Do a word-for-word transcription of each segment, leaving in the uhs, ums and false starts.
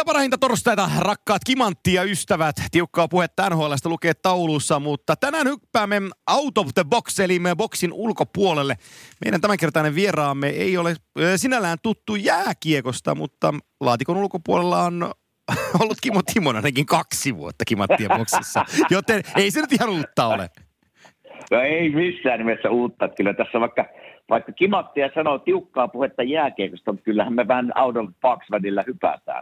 parahinta torstaita, rakkaat Kimantti ja ystävät. Tiukkaa puhetta N H L:stä lukee taulussa, mutta tänään hyppäämme out of the box, eli me boksin ulkopuolelle. Meidän tämänkertainen vieraamme ei ole sinällään tuttu jääkiekosta, mutta laatikon ulkopuolella on ollut Kimmo Timonen ainakin kaksi vuotta Kimanttien boksissa, joten ei se nyt ihan uutta ole. No ei missään nimessä uutta. Kyllä tässä vaikka, vaikka Kimanttia sanoo tiukkaa puhetta jääkiekosta, mutta kyllähän me vähän out of the box välillä hypätään.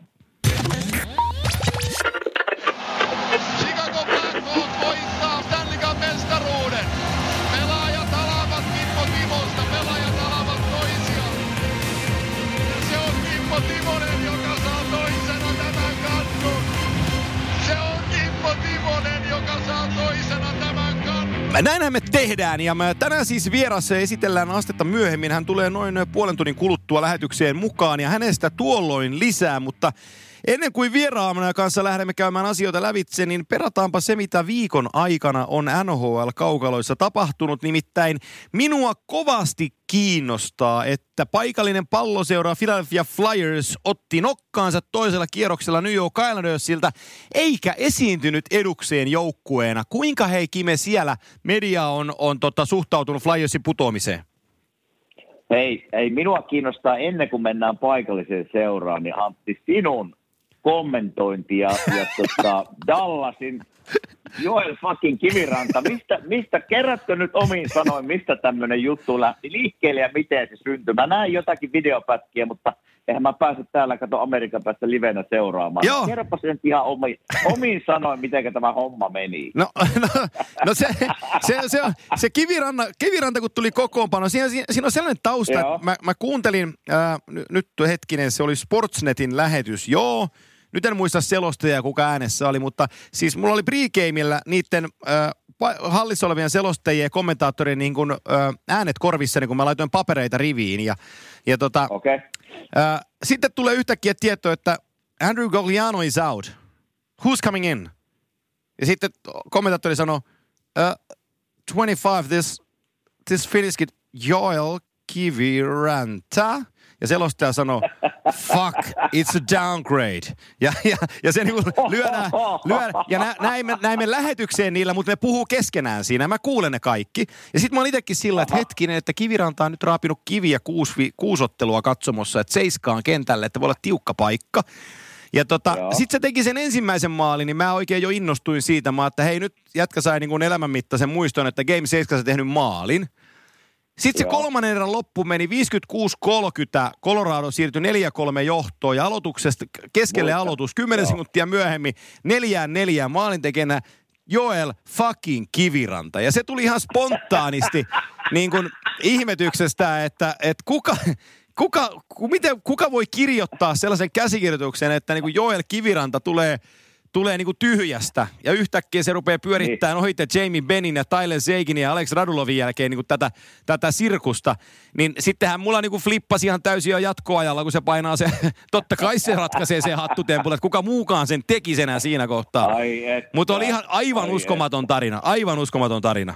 Chicago Blackhawks voittaa Stanley Cup -mestaruuden. Pelaajat alavat Kimmo Timosta, pelaajat alavat toisiaan. Ja se on Kimmo Timonen, joka saa toisena tämän kannun. Se on Kimmo Timonen, joka saa toisena tämän kannun. Näinhän me tehdään, ja me tänään siis vierassa esitellään astetta myöhemmin. Hän tulee noin puolen tunnin kuluttua lähetykseen mukaan, ja hänestä tuolloin lisää, mutta ennen kuin vieraamme kanssa lähdemme käymään asioita lävitse, niin perataanpa se, mitä viikon aikana on N H L-kaukaloissa tapahtunut. Nimittäin minua kovasti kiinnostaa, että paikallinen palloseura Philadelphia Flyers otti nokkaansa toisella kierroksella New York Islandersilta, eikä esiintynyt edukseen joukkueena. Kuinka hei Kime siellä media on, on tota, suhtautunut Flyersin putoamiseen? Hei, ei minua kiinnostaa ennen kuin mennään paikalliseen seuraan, niin Antti, sinun kommentointi ja, ja tota, Dallasin Joel fucking Kiviranta. Mistä, mistä kerrotte nyt omiin sanoin, mistä tämmöinen juttu lähti liikkeelle ja miten se syntyi? Mä näin jotakin videopätkiä, mutta eihän mä pääse täällä kato Amerikan päästä livenä seuraamaan. Joo. Kerropa sen ihan omiin, omiin sanoin, miten tämä homma meni. No, no, no se, se, se, se Kiviranta, Kiviranta, kun tuli kokoonpano, siinä, siinä on sellainen tausta, että mä, mä kuuntelin, ää, nyt hetkinen, se oli Sportsnetin lähetys, joo. Nyt en muista selostajaa, kuka äänessä oli, mutta siis mulla oli pregameillä niiden äh, hallissa olevien selostajien ja kommentaattorien niin kun, äh, äänet korvissani, kun mä laitoin papereita riviin. Ja, ja tota, okay. äh, sitten tulee yhtäkkiä tieto, että Andrew Gagliano is out. Who's coming in? Ja sitten kommentaattori sanoi, uh, twenty-five, this, this Finnish kid, Joel Kiviranta. Ja selostaja sanoo, fuck, it's a downgrade. Ja, ja, ja se niinku lyödään, lyödään. Ja nä, näin, me, näin me lähetykseen niillä, mutta ne puhuu keskenään siinä. Mä kuulen ne kaikki. Ja sit mä oon itekin sillä, että hetkinen, että Kiviranta on nyt raapinut kiviä kuusi, kuusottelua katsomossa, että seiskaan kentälle, että voi olla tiukka paikka. Ja tota, sit se teki sen ensimmäisen maalin, niin mä oikein jo innostuin siitä. Mä että hei, nyt jätkä sai niin kuin elämänmittaisen muiston, että Game seitsemän tehnyt maalin. Sitten se kolmannen erän loppu meni viisikymmentäkuusi kolmekymmentä, Colorado siirtyi neljä kolme johtoon ja aloituksesta keskelle Mutta, aloitus kymmenen joo. sekuntia myöhemmin neljään neljään maalintekijänä Joel fucking Kiviranta. Ja se tuli ihan spontaanisti niin kuin ihmetyksestä, että, että kuka, kuka, miten, kuka voi kirjoittaa sellaisen käsikirjoituksen, että niin kuin Joel Kiviranta tulee... tulee niinku tyhjästä ja yhtäkkiä se rupeaa pyörittämään niin. ohitte Jamie Bennin ja Tyler Seguinin ja Alex Radulovin jälkeen niinku tätä, tätä sirkusta. Niin sittenhän mulla niinku flippasi ihan täysin jo jatkoajalla, kun se painaa se, totta kai se ratkaisee se hattutempulle, että kuka muukaan sen teki senä siinä kohtaa. Mutta oli ihan aivan Ai uskomaton et. tarina, aivan uskomaton tarina.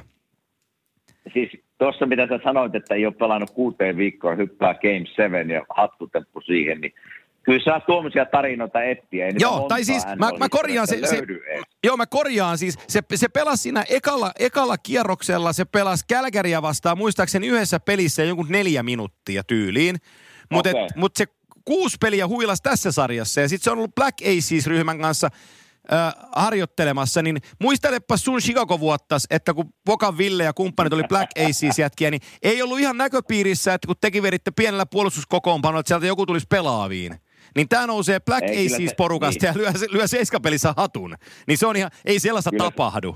Siis tuossa mitä sä sanoit, että ei ole pelannut kuuteen viikkoon, hyppää Game seven ja hattutemppu siihen, niin kyllä saa tuommoisia tarinoita etsiä. Ei joo, tai siis mä, mä korjaan se, se joo, mä korjaan siis, se, se pelasi siinä ekalla, ekalla kierroksella, se pelasi Calgarya vastaan, muistaakseni yhdessä pelissä jonkun neljä minuuttia tyyliin. Mutta okay. mut se kuusi peliä huilasi tässä sarjassa, ja sitten se on ollut Black Aces-ryhmän kanssa äh, harjoittelemassa, niin muistelepa sun Chicago-vuottas, että kun Pokan Ville ja kumppanit oli Black Aces-jätkiä, niin ei ollut ihan näköpiirissä, että kun tekin veditte pienellä puolustuskokoonpanolla, että sieltä joku tulisi pelaaviin. Niin tää nousee Black Aces-porukasta niin. ja lyö, lyö seiskapelissä hatun. Niin se on ihan, ei sellaista Kyllä. tapahdu.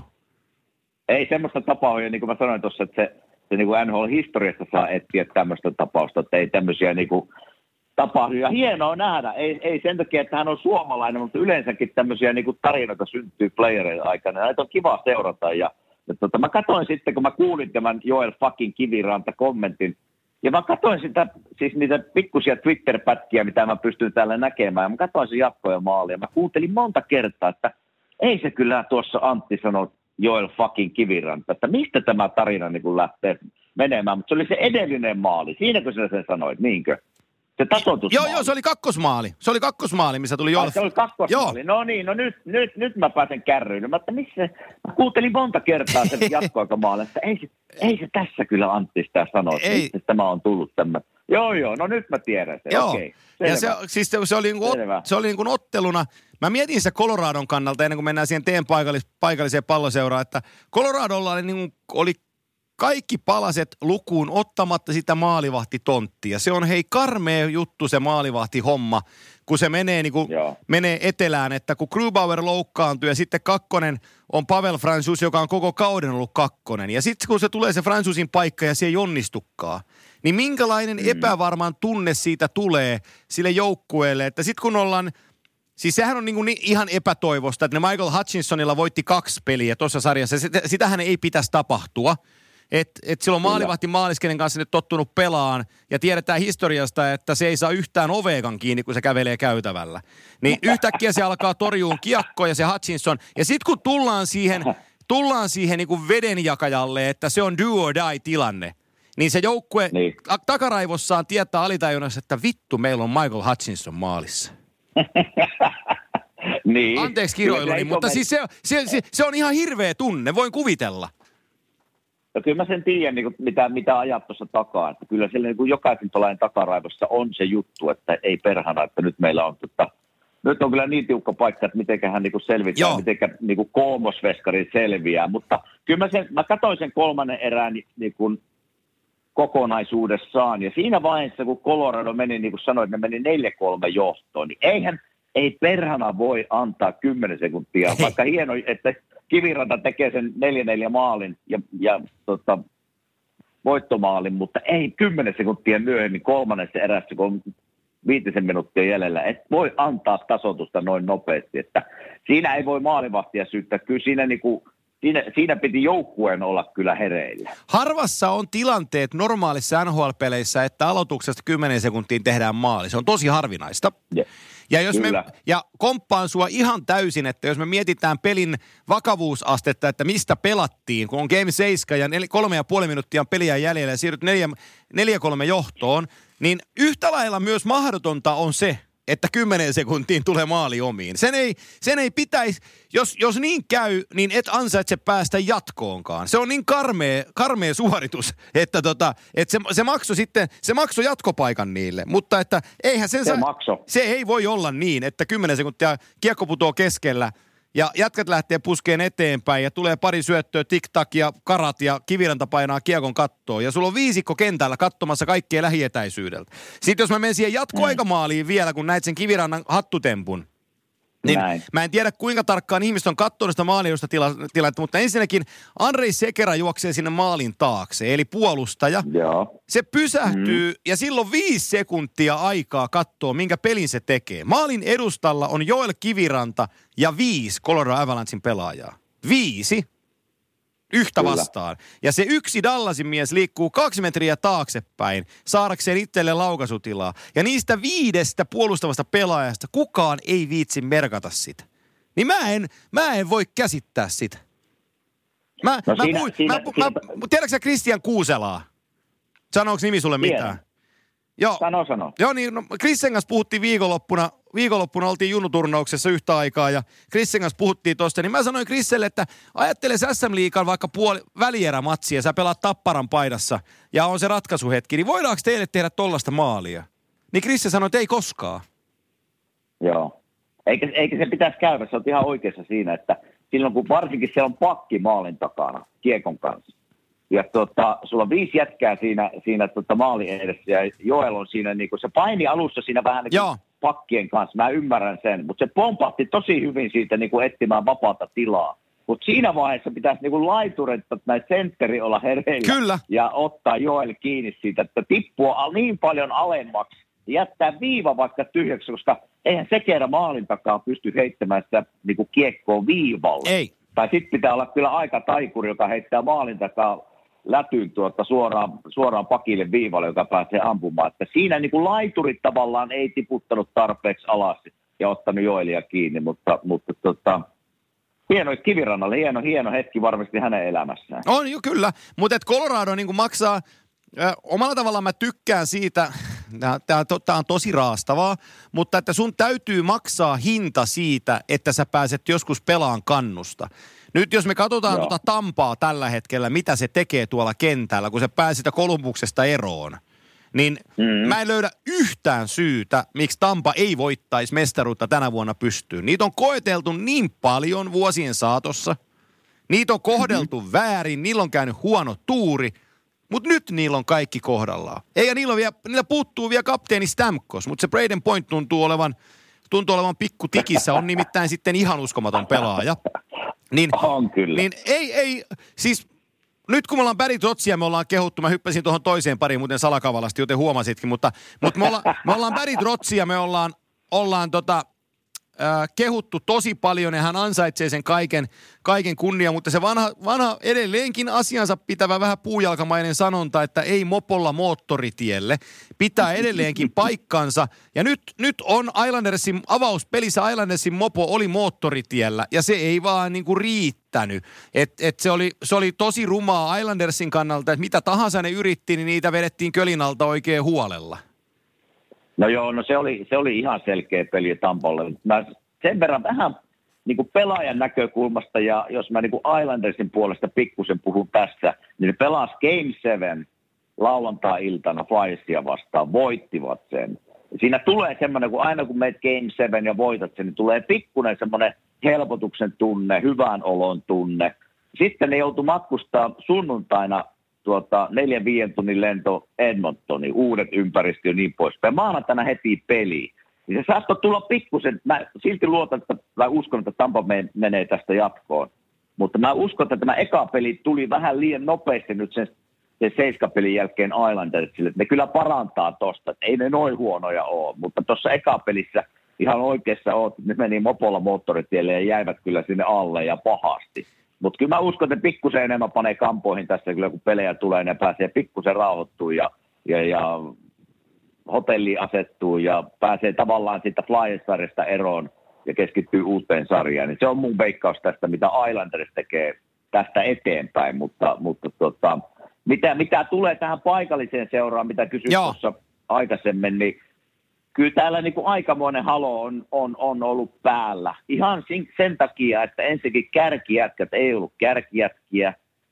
Ei semmoista tapahdu, ja niin kuin mä sanoin tuossa, että se, se niin kuin N H L-historiasta saa etsiä tämmöistä tapausta, että ei tämmöisiä niin kuin tapahdu. Ja hienoa nähdä, ei, ei sen takia, että hän on suomalainen, mutta yleensäkin tämmöisiä niin kuin tarinoita syntyy playereiden aikana. Näitä on kiva seurata, ja, ja tota, mä katsoin sitten, kun mä kuulin tämän Joel fucking Kiviranta kommentin, ja mä katsoin sitä, siis niitä pikkusia Twitter-pätkiä, mitä mä pystyn täällä näkemään. Ja mä katsoin sen jatkoja maalia. Mä kuuntelin monta kertaa, että ei se kyllä tuossa Antti sanoi Joel fucking Kiviranta, että mistä tämä tarina niin kuin lähtee menemään. Mutta se oli se edellinen maali. Siinäkö sinä sen sanoit, niinkö? Se tasoitusmaali. Joo, joo, se oli kakkosmaali. Se oli kakkosmaali, missä tuli Joel. Se oli kakkosmaali. Joo. No niin, no nyt, nyt, nyt mä pääsen kärryyn. Mä, että missä, mä kuuntelin monta kertaa sen jatkoaikamaali, että ei se, ei se tässä kyllä Antti sitä sano, että missä tämä on tullut tämmöinen. Joo, joo, no nyt mä tiedän sen. Joo. Okei, ja se, siis se, se oli, niin kuin, se oli niin kuin otteluna. Mä mietin sitä Coloradon kannalta ennen kuin mennään siihen teidän paikallis, paikalliseen palloseuraan, että Coloradolla oli, niin kuin, oli kaikki palaset lukuun ottamatta sitä maalivahtitonttia. Se on hei karmea juttu se maalivahtihomma, kun se menee, niin kuin, menee etelään, että kun Grubauer loukkaantuu ja sitten kakkonen on Pavel Francouz, joka on koko kauden ollut kakkonen. Ja sitten kun se tulee se Francouzin paikka ja se ei onnistukaan, niin minkälainen mm. epävarman tunne siitä tulee sille joukkueelle, että sitten kun ollaan, siis sehän on niin kuin ihan epätoivosta, että ne Michael Hutchinsonilla voitti kaksi peliä tuossa sarjassa, sitähän ei pitäisi tapahtua. Että et silloin maalivahti maaliskenen kanssa nyt tottunut pelaan ja tiedetään historiasta, että se ei saa yhtään oveekan kiinni, kun se kävelee käytävällä. Niin yhtäkkiä se alkaa torjuun kiekko ja se Hutchinson. Ja sitten kun tullaan siihen, tullaan siihen niin kuin vedenjakajalle, että se on do or die tilanne, niin se joukkue niin takaraivossaan tietää alitajunnassa, että vittu, meillä on Michael Hutchinson maalissa. Niin. Anteeksi kiroiluni, mutta siis se, se, se, se on ihan hirveä tunne, voin kuvitella. No kyllä mä sen tiedän, niin kuin, mitä, mitä ajat tuossa takaa. Että kyllä siellä niin kuin jokaisen tuollainen takaraivossa on se juttu, että ei perhana, että nyt meillä on, tota, nyt on kyllä niin tiukka paikka, että mitenköhän niin kuin selvitään, mitenkä niin kuin koomosveskari selviää. Mutta kyllä mä, sen, mä katsoin sen kolmannen erään niin kuin kokonaisuudessaan. Ja siinä vaiheessa, kun Colorado meni, niin kuin sanoit, ne meni neljä kolme johtoon, niin eihän, ei perhana voi antaa kymmenen sekuntia, ei. Vaikka hieno, että Kiviranta tekee sen neljä neljä maalin ja, ja tota, voittomaalin, mutta ei kymmenen sekuntia myöhemmin kolmannessa erässä, kun on viitisen minuuttia jäljellä. Et voi antaa tasoitusta noin nopeasti, että siinä ei voi maalivahtia syyttää. Kyllä siinä, niinku, siinä, siinä piti joukkueen olla kyllä hereillä. Harvassa on tilanteet normaalissa N H L-peleissä, että aloituksesta kymmenen sekuntiin tehdään maali. Se on tosi harvinaista. Yeah. Ja, jos me, ja komppaan sua ihan täysin, että jos me mietitään pelin vakavuusastetta, että mistä pelattiin, kun on game seitsemän ja nel, kolme ja puoli minuuttia on peliä jäljellä ja siirryt neljä, neljä kolme johtoon, niin yhtä lailla myös mahdotonta on se, että kymmenen sekuntiin tulee maali omiin. Sen ei, sen ei pitäisi, jos, jos niin käy, niin et ansaitse päästä jatkoonkaan. Se on niin karmea, karmea suoritus, että tota, et se, se maksoi sitten, se maksoi jatkopaikan niille. Mutta että eihän sen se, sa- makso. se ei voi olla niin, että kymmenen sekuntia kiekko putoo keskellä ja jatkat lähtee puskeen eteenpäin ja tulee pari syöttöä, tik-tak ja karat ja Kiviranta painaa kiekon kattoon. Ja sulla on viisikko kentällä katsomassa kaikkea lähietäisyydeltä. Sitten jos mä menen siihen jatkoaikamaaliin vielä, kun näit sen Kivirannan hattutempun, niin näin. Mä en tiedä kuinka tarkkaan ihmiset on katsonut sitä maaliusta tila- tilannetta, mutta ensinnäkin Andrei Sekera juoksee sinne maalin taakse, eli puolustaja. Joo. Se pysähtyy mm. ja silloin viisi sekuntia aikaa katsoa, minkä pelin se tekee. Maalin edustalla on Joel Kiviranta ja viisi Colorado Avalanchein pelaajaa. Viisi. Yhtä Kyllä. vastaan. Ja se yksi Dallasin mies liikkuu kaksi metriä taaksepäin saadakseen itselle laukaisutilaa. Ja niistä viidestä puolustavasta pelaajasta kukaan ei viitsi merkata sitä. Niin mä en, mä en voi käsittää sitä. Mä, no mä, siinä, pui, siinä, mä, siinä, mä, tiedätkö sä Christian Kuuselaa? Sanooko nimi sulle tiedän. mitään? Joo. Sano, sano. Joo, niin no, Christian kanssa puhuttiin viikonloppuna. Viikonloppuna oltiin junuturnauksessa yhtä aikaa ja Christian kanssa puhuttiin tosta. Niin mä sanoin Chriselle, että ajattele S M-liigan vaikka puoli välierämatsia ja sä pelaat Tapparan paidassa ja on se ratkaisuhetki. Niin voidaanko teille tehdä tollasta maalia? Niin Christian sanoi, että ei koskaan. Joo. Eikä, eikä se pitäisi käydä. Sä oot ihan oikeassa siinä, että silloin kun varsinkin siellä on pakki maalin takana kiekon kanssa. Ja tota, sulla on viisi jätkää siinä, siinä tota maalin edessä ja Joel on siinä, niin kuin se paini alussa siinä vähän niin kuin pakkien kanssa. Mä ymmärrän sen, mutta se pompahti tosi hyvin siitä niin kuin etsimään vapaata tilaa. Mutta siinä vaiheessa pitäisi niin kuin laitureita näin sentteri olla hereillä Kyllä. ja ottaa Joel kiinni siitä, että tippua niin paljon alemmaksi ja jättää viiva vaikka tyhjäksi, koska eihän Sekera maalin takaa pysty heittämään sitä niin kuin kiekkoa viivalle. Ei. Tai sitten pitää olla kyllä aika taikuri, joka heittää maalin takaa lätyyn tuota suoraan, suoraan pakille viivalle, joka pääsee ampumaan. Että siinä niin kuin laiturit tavallaan ei tiputtanut tarpeeksi alas ja ottanut Joelia kiinni, mutta, mutta tota, hieno Kivirannalle, hieno, hieno hetki varmasti hänen elämässään. On jo kyllä, mutta Colorado niin kuin maksaa, äh, omalla tavallaan mä tykkään siitä, Tämä on tosi raastavaa, mutta että sun täytyy maksaa hinta siitä, että sä pääset joskus pelaan kannusta. Nyt jos me katsotaan tuota Tampaa tällä hetkellä, mitä se tekee tuolla kentällä, kun se pääsi sitä Kolumbuksesta eroon, niin mm. mä en löydä yhtään syytä, miksi Tampa ei voittaisi mestaruutta tänä vuonna pystyyn. Niitä on koeteltu niin paljon vuosien saatossa. Niitä on kohdeltu mm-hmm. väärin, niillä on käynyt huono tuuri, mutta nyt niillä on kaikki kohdallaan. Eikä niillä, vielä, niillä puuttuu vielä kapteeni Stamkos, mutta se Braden Point tuntuu olevan, tuntuu olevan pikku tikissä, on nimittäin sitten ihan uskomaton pelaaja. Niin, on kyllä. Niin ei, ei, siis nyt kun me ollaan Barry Trotzia, me ollaan kehuttu, mä hyppäsin tuohon toiseen pariin muuten salakavalasti, joten huomasitkin, mutta, mutta me, olla, me ollaan Barry Trotzia, me ollaan, ollaan tota, äh, kehuttu tosi paljon ja hän ansaitsee sen kaiken, kaiken kunnia, mutta se vanha, vanha edelleenkin asiansa pitävä vähän puujalkamainen sanonta, että ei mopolla moottoritielle, pitää edelleenkin paikkansa. Ja nyt, nyt on Islandersin avauspelissä, Islandersin mopo oli moottoritiellä ja se ei vaan niinku riittänyt. Et, et se, oli, se oli tosi rumaa Islandersin kannalta, että mitä tahansa ne yritti, niin niitä vedettiin kölin alta oikein huolella. No joo, no se oli, se oli ihan selkeä peli Tampalle. Mä sen verran vähän niin kuin pelaajan näkökulmasta, ja jos mä niin kuin Islandersin puolesta pikkusen puhun tässä, niin ne pelasi Game seven lauantai-iltana Flyersia vastaan, voittivat sen. Siinä tulee semmoinen, kun aina kun meet Game seven ja voitat sen, niin tulee pikkuinen semmoinen helpotuksen tunne, hyvän olon tunne. Sitten ne joutui matkustaa sunnuntaina tuota, neljän viiden tunnin lento Edmontoniin, uudet ympäristö ja niin poispäin. Maanantaina heti peli. Niin se saattoi tulla pikkusen, mä silti luotan, että mä uskon, että Tampa menee tästä jatkoon. Mutta mä uskon, että tämä eka peli tuli vähän liian nopeasti nyt sen, sen seiskapelin jälkeen Islandersille. Ne kyllä parantaa tosta, että ei ne noin huonoja ole. Mutta tuossa eka pelissä ihan oikeassa oot, ne meni mopolla moottoritielle ja jäivät kyllä sinne alle ja pahasti. Mutta kyllä mä uskon, että pikkusen enemmän panee kampoihin tässä, kyllä kun pelejä tulee, ne pääsee pikkusen rauhoittumaan ja, ja, ja hotelliin asettuu ja pääsee tavallaan siitä Flyers-sarjasta eroon ja keskittyy uuteen sarjaan. Niin se on mun veikkaus tästä, mitä Islanders tekee tästä eteenpäin, mutta, mutta tota, mitä, mitä tulee tähän paikalliseen seuraan, mitä kysyt tuossa aikaisemmin, niin kyllä täällä niin kuin aikamoinen halo on, on, on ollut päällä. Ihan sen takia, että ensinnäkin kärkijätkät ei ollut kärkijätkiä.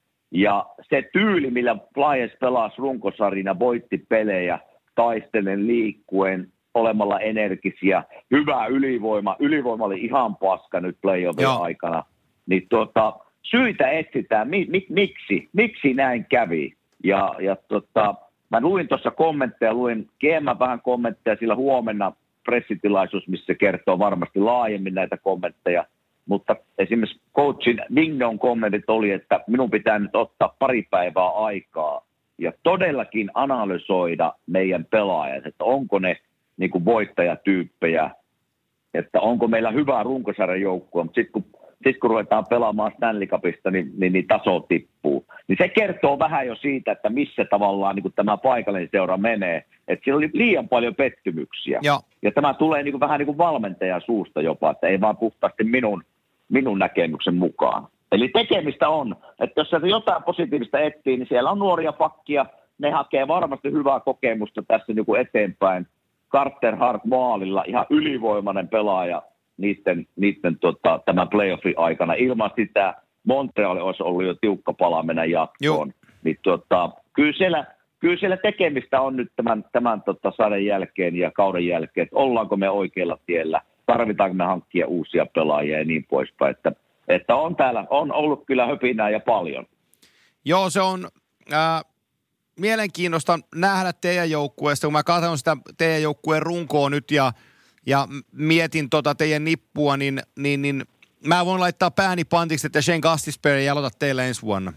Ja se tyyli, millä Flyers pelasi runkosarjina, voitti pelejä, taistelen liikkuen, olemalla energisiä, hyvä ylivoima. Ylivoima oli ihan paska nyt playoffin aikana. Niin tuota, syitä etsitään, mi, mi, miksi, miksi näin kävi. Ja, ja tota... Mä luin tuossa kommentteja, luin G M vähän kommentteja, sillä huomenna pressitilaisuus, missä kertoo varmasti laajemmin näitä kommentteja. Mutta esimerkiksi coachin Vignon kommentit oli, että minun pitää nyt ottaa pari päivää aikaa ja todellakin analysoida meidän pelaajat, että onko ne niin kuin voittajatyyppejä, että onko meillä hyvä runkosarjan joukkue, mutta sitten kun Sitten kun ruvetaan pelaamaan Stanley Cupista, niin, niin, niin taso tippuu. Niin se kertoo vähän jo siitä, että missä tavallaan niin kuin tämä paikallinen seura menee. Että siellä oli liian paljon pettymyksiä. Ja, ja tämä tulee niin kuin, vähän niin kuin valmentajan suusta jopa, että ei vaan puhtaasti minun, minun näkemyksen mukaan. Eli tekemistä on, että jos sieltä jotain positiivista etsii, niin siellä on nuoria pakkia. Ne hakee varmasti hyvää kokemusta tässä niin kuin eteenpäin. Carter Hart maalilla, ihan ylivoimainen pelaaja. Niiden, niiden tota, tämän playoffin aikana. Ilman sitä Montreal olisi ollut jo tiukka pala mennä jatkoon. Niin, tota, kyllä, siellä, kyllä siellä tekemistä on nyt tämän, tämän tota, saden jälkeen ja kauden jälkeen, että ollaanko me oikealla tiellä, tarvitaanko me hankkia uusia pelaajia ja niin poispäin. Että, että on täällä on ollut kyllä höpinää ja paljon. Joo, se on äh, mielenkiintoista nähdä teidän joukkueesta, kun mä katson sitä teidän joukkueen runkoa nyt ja Ja mietin tota teidän nippua, niin, niin, niin mä voin laittaa pääni pantiksi, että Shane Gostisbehere ei aloita teille ensi vuonna.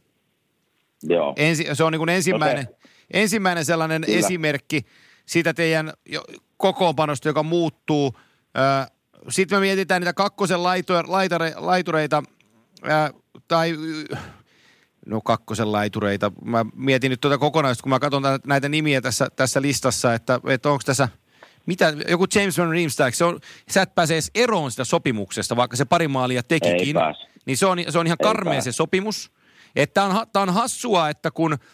Joo. Ensi, se on niin kuin ensimmäinen, okay. ensimmäinen sellainen Kyllä. esimerkki siitä teidän kokoonpanosta, joka muuttuu. Sitten me mietitään niitä kakkosen laitare, laitureita, tai no kakkosen laitureita. Mä mietin nyt tuota kokonaisuutta, kun mä katson näitä nimiä tässä, tässä listassa, että, että onko tässä... Mitä, joku James Van Riemsdyk, se on, sä et pääse edes eroon sitä sopimuksesta, vaikka se pari maalia tekikin. Niin se on, se on ihan karmea se sopimus. Että tää on, tää on hassua, että kun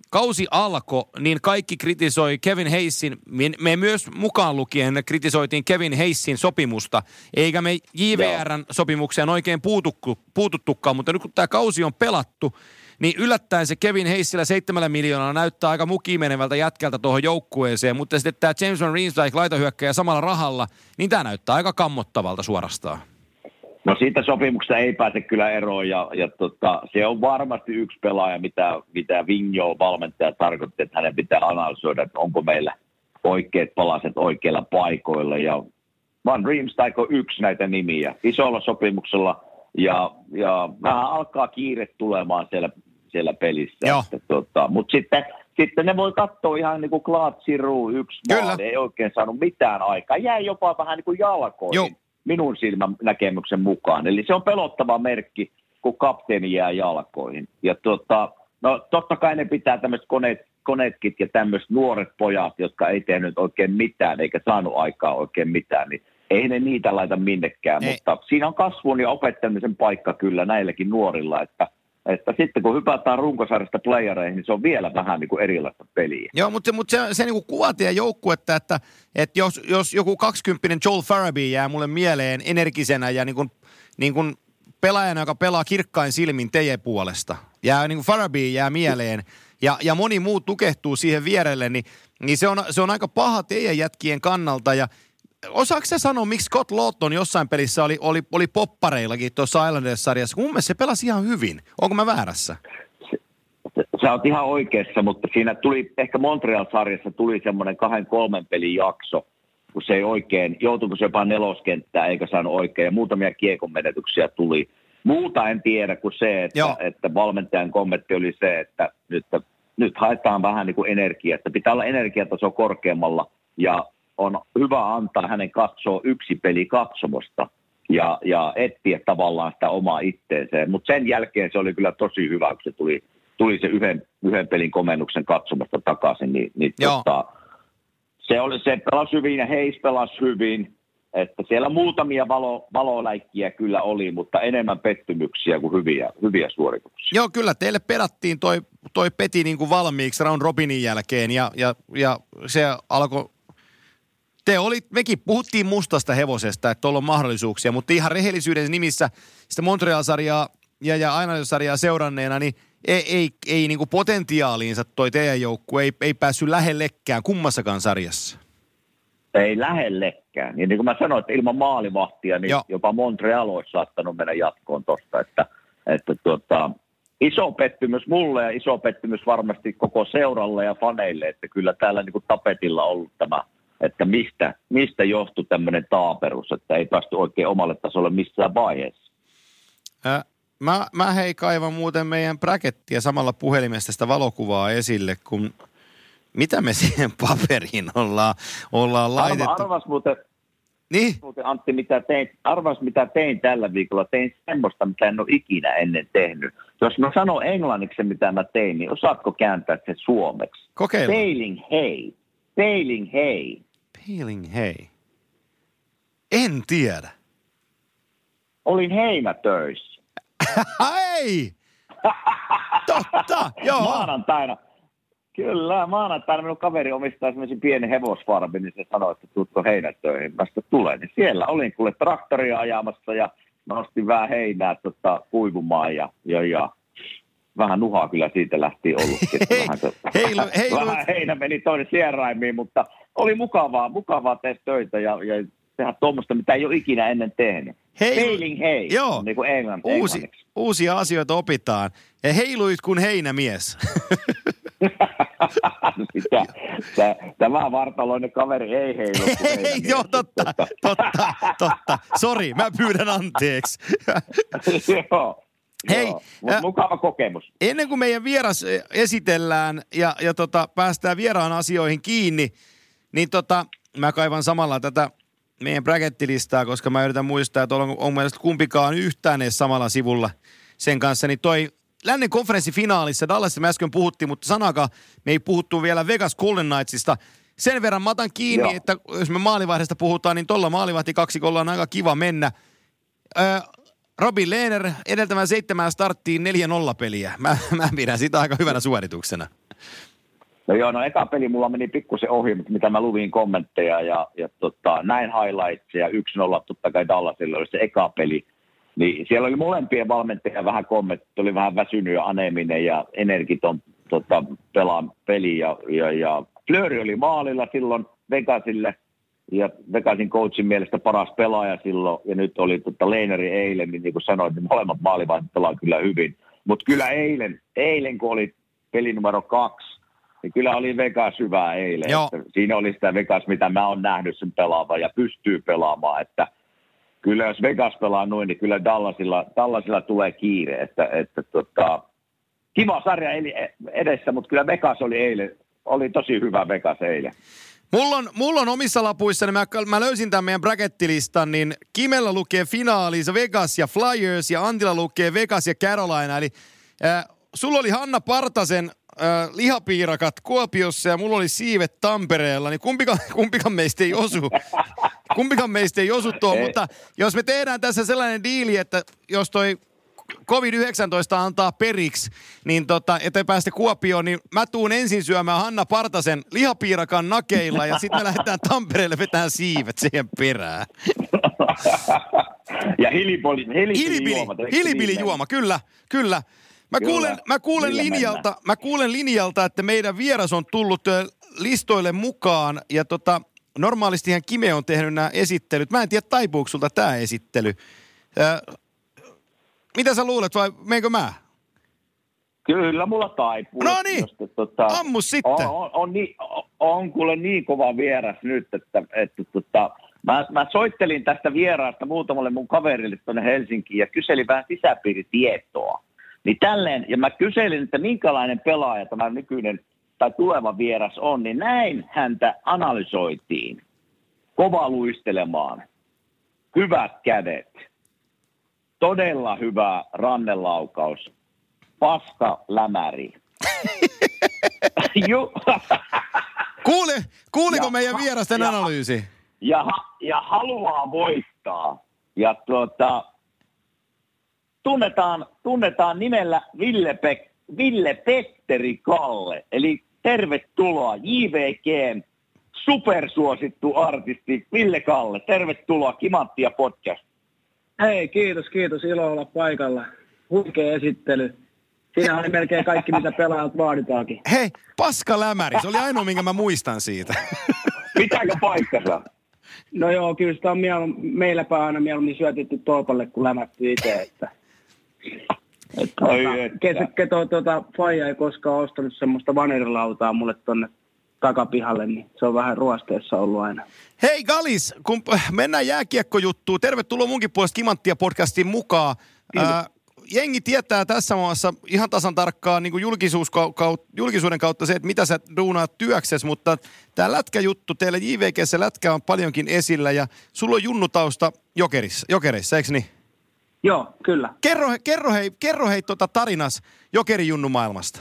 kausi alkoi, niin kaikki kritisoi Kevin Hayesin, me, me myös mukaan lukien kritisoitiin Kevin Hayesin sopimusta, eikä me J V R:n sopimukseen oikein puutukku, puututtukaan, mutta nyt kun tämä kausi on pelattu, niin yllättäen se Kevin Hayesillä seitsemällä miljoonaa näyttää aika mukiin menevältä jätkältä tuohon joukkueeseen, mutta sitten tämä James Van Riemsdyk laitahyökkäjä samalla rahalla, niin tämä näyttää aika kammottavalta suorastaan. No siitä sopimuksesta ei pääse kyllä eroon ja, ja tota, se on varmasti yksi pelaaja, mitä, mitä Vigneault valmentaja tarkoitti, että hänen pitää analysoida, että onko meillä oikeat palaset oikeilla paikoilla. Ja Van Riemsdyk on yksi näitä nimiä isolla sopimuksella ja, ja vähän alkaa kiire tulemaan siellä, siellä pelissä. Tota, mutta sitten, sitten ne voi katsoa ihan niin kuin Claude Giroux, yksi maali, ei oikein saanut mitään aikaa. Jäi jopa vähän niin kuin jalkoihin. Joo. Minun silmän näkemyksen mukaan. Eli se on pelottava merkki, kun kapteeni jää jalkoihin. Ja tota, no totta kai ne pitää tämmöiset koneet, koneetkit ja tämmöiset nuoret pojat, jotka ei tehnyt oikein mitään, eikä saanut aikaa oikein mitään, niin ei ne niitä laita minnekään. Ei. Mutta siinä on kasvun ja opettamisen paikka kyllä näilläkin nuorilla, että Että sitten kun hypätään runkosarjasta playereihin, niin se on vielä vähän niin kuin erilaista peliä. Joo, mutta, mutta se, se niin kuin kuvaa teidän joukkuetta, että, että jos, jos joku kaksikymppinen Joel Farabee jää mulle mieleen energisenä ja niin kuin, niin kuin pelaajana, joka pelaa kirkkain silmin teidän puolesta, ja niin kuin Farabee jää mieleen, ja, ja moni muu tukehtuu siihen vierelle, niin, niin se, on, se on aika paha teidän jätkien kannalta, ja osaatko sä sanoa, miksi Scott Lawton jossain pelissä oli, oli, oli poppareillakin tuossa Islanders-sarjassa? Mun mielestä se pelasi ihan hyvin. Onko mä väärässä? Sä oot ihan oikeassa, mutta siinä tuli, ehkä Montreal-sarjassa tuli semmoinen kahden kolmen pelin jakso, kun se ei oikein, joutuiko se jopa neloskenttää eikä saanut oikein, ja muutamia kiekon menetyksiä tuli. Muuta en tiedä kuin se, että, että valmentajan kommentti oli se, että nyt, nyt haetaan vähän niin kuin energiaa, että pitää olla energiataso korkeammalla, ja on hyvä antaa hänen katsoa yksi peli katsomosta ja, ja etsiä tavallaan sitä omaa itteensä. Mutta sen jälkeen se oli kyllä tosi hyvä, kun se tuli, tuli se yhden, yhden pelin komennuksen katsomasta takaisin. Niin, niin tota, se, oli, se pelasi hyvin ja Hayes pelasi hyvin. Että siellä muutamia valo, valoläikkiä kyllä oli, mutta enemmän pettymyksiä kuin hyviä, hyviä suorituksia. Joo, kyllä teille pedattiin toi, toi peti niin kuin valmiiksi round robinin jälkeen ja, ja, ja se alkoi. Te olit, mekin puhuttiin mustasta hevosesta, että tuolla on mahdollisuuksia, mutta ihan rehellisyyden nimissä sitä Montreal-sarjaa ja, ja Islanders-sarjaa seuranneena, niin ei, ei, ei niin kuin potentiaaliinsa toi teidän joukkue ei, ei päässyt lähellekään kummassakaan sarjassa. Ei lähellekään. Ja niin kuin mä sanoin, että ilman maalivahtia, niin Joo. jopa Montreal olisi saattanut mennä jatkoon tosta, että, että tuota, iso pettymys mulle ja iso pettymys varmasti koko seuralle ja faneille, että kyllä täällä niin kuin tapetilla on ollut tämä, että mistä, mistä johtui tämmöinen taaperus, että ei päästy oikein omalle tasolle missään vaiheessa. Äh, mä, mä hei kaivan muuten meidän brackettia samalla puhelimesta sitä valokuvaa esille, kun mitä me siihen paperiin ollaan, ollaan laitettu. Arva, arvas muuten, niin? muuten Antti, mitä tein, arvas mitä tein tällä viikolla. Tein semmoista, mitä en ole ikinä ennen tehnyt. Jos mä sanon englanniksi, mitä mä tein, niin osaatko kääntää se suomeksi? Kokeilla. Paling hay. Paling hay. Paling hay. En tiedä. Olin heinätöissä. Hei! Totta, joo. Maanantaina. Kyllä, maanantaina minun kaveri omistaa semmoisen pienen hevosfarmin, niin se sanoi, että tuutko heinätöihin. Mä sitä tulee. Niin siellä olin kuule traktoria ajamassa ja nostin vähän heinää tota, kuivumaan ja, ja, ja vähän nuhaa kyllä siitä lähti ollutkin. Hei, vähän, heilu, heilu. vähän heinä meni toinen sieraimiin, mutta oli mukavaa, mukavaa tehdä töitä ja, ja tehdä tuommoista, mitä ei ole ikinä ennen tehnyt. Paling hay, joo, niin kuin englann, Uusi, uusia asioita opitaan. Ja heiluit kuin heinämies. Sitä, tämä vartaloinen kaveri ei heilu. Ei, joo, totta, totta, totta. Sori, mä pyydän anteeksi. Joo. Hei, Joo, äh, mukava kokemus. Ennen kuin meidän vieras esitellään ja, ja tota, päästään vieraan asioihin kiinni, niin tota, mä kaivan samalla tätä meidän brackettilistaa, koska mä yritän muistaa, että on, on mielestäni kumpikaan yhtään edes samalla sivulla sen kanssa, niin toi lännen konferenssifinaalissa, Dallasissa me äsken puhuttiin, mutta sanakaan me ei puhuttu vielä Vegas Golden Knightsista. Sen verran mä otan kiinni, Joo. että jos me maalivahdesta puhutaan, niin tuolla maalivahtikaksikolla on aika kiva mennä. Öö, Robin Lehner edeltävän seitsemään starttiin neljä nolla peliä. Mä, mä pidän sitä aika hyvänä suorituksena. No joo, no eka peli mulla meni pikkusen ohi, mutta mitä mä luvin kommentteja ja, ja tota, näin highlightsia, yksi nolla totta kai Dallasilla oli se eka peli. Niin siellä oli molempien valmentajia vähän kommentti, oli vähän väsynyt ja aneminen ja energiton tota, pelaan peli. Ja, ja, ja Fleury oli maalilla silloin Vegasille ja Vegasin coachin mielestä paras pelaaja silloin. Ja nyt oli tota, Leineri eilen, niin, niin kuin sanoin, niin molemmat maalivahdit pelaa kyllä hyvin. Mutta kyllä eilen, eilen, kun oli peli numero kaksi, niin kyllä oli Vegas hyvää eilen. Siinä oli sitä Vegas, mitä mä oon nähnyt sen pelaavan ja pystyy pelaamaan, että kyllä jos Vegas pelaa noin, niin kyllä Dallasilla, Dallasilla tulee kiire, että, että tota, kiva sarja edessä, mutta kyllä Vegas oli eilen, oli tosi hyvä Vegas eilen. Mulla on, mulla on omissa lapuissani, mä, mä löysin tämän meidän brackettilistan, niin Kimellä lukee finaalissa Vegas ja Flyers ja Antilla lukee Vegas ja Carolina, eli äh, sulla oli Hanna Partasen äh, lihapiirakat Kuopiossa ja mulla oli siivet Tampereella, niin kumpikaan, kumpikaan meistä ei osu. Kumpikaan meistä ei osu tuo, mutta jos me tehdään tässä sellainen diili, että jos toi covid yhdeksäntoista antaa periksi, niin tota, ettei päästä Kuopioon, niin mä tuun ensin syömään Hanna Partasen lihapiirakan nakeilla ja sitten me lähdetään Tampereelle vetämään siivet siihen perään. Ja hilipoli, hilipilijuoma. Hilipilijuoma, kyllä, kyllä. Mä kyllä, kuulen, mä, kuulen linjalta, mä kuulen linjalta, että meidän vieras on tullut listoille mukaan ja tota, normaalistihan Kime on tehnyt nämä esittelyt. Mä en tiedä, taipuuko sulta tämä esittely. Äh, mitä sä luulet vai meinkö mä? Kyllä mulla taipuu. No niin, tota, ammu sitten. On, on, on, niin, on, on kuule niin kova vieras nyt, että, että tota, mä, mä soittelin tästä vieraasta muutamalle mun kaverille tuonne Helsinkiin ja kyselin vähän sisäpiiritietoa. Niin tälleen, ja mä kyselin, että minkälainen pelaaja tämä nykyinen tai tuleva vieras on, niin näin häntä analysoitiin. Kova luistelemaan. Hyvät kädet. Todella hyvä rannelaukaus. Paska lämäri. Kuule, kuuliko ja, meidän vierasten ja, analyysi? Ja, ja haluaa voittaa. Ja tuota, tunnetaan, tunnetaan nimellä Ville, Pek, Ville Petteri Kalle. Eli tervetuloa J V G:n supersuosittu artisti Ville Kalle. Tervetuloa Kimanttia podcast. Hei, kiitos, kiitos. Ilo olla paikalla. Huikea esittely. Siinä oli melkein kaikki, mitä pelaajat vaaditaankin. Hei, paska lämäri. Se oli ainoa, minkä mä muistan siitä. Pitääkö paikkansa? No joo, kyllä sitä on mielu, meillä päin aina mieluummin syötetty tolpalle, kun lämätty itse. Että, että, että. Keto tuota, faija ei koskaan ostanut semmoista vanerilautaa mulle tonne takapihalle, niin se on vähän ruosteessa ollut aina. Hei Galis, kun mennään jääkiekkojuttuun, tervetuloa munkin puolesta Kimanttia podcastin mukaan. Ää, jengi tietää tässä maassa ihan tasan tarkkaan niin kuin julkisuus, julkisuuden kautta se, että mitä sä duunaat työksesi, mutta tämä lätkäjuttu, teillä J V G:ssä lätkä on paljonkin esillä ja sulla on junnutausta jokerissa, jokereissa, eikö niin? Joo, kyllä. Kerro, kerro hei, kerro hei tota tarinas jokerijunnu-maailmasta.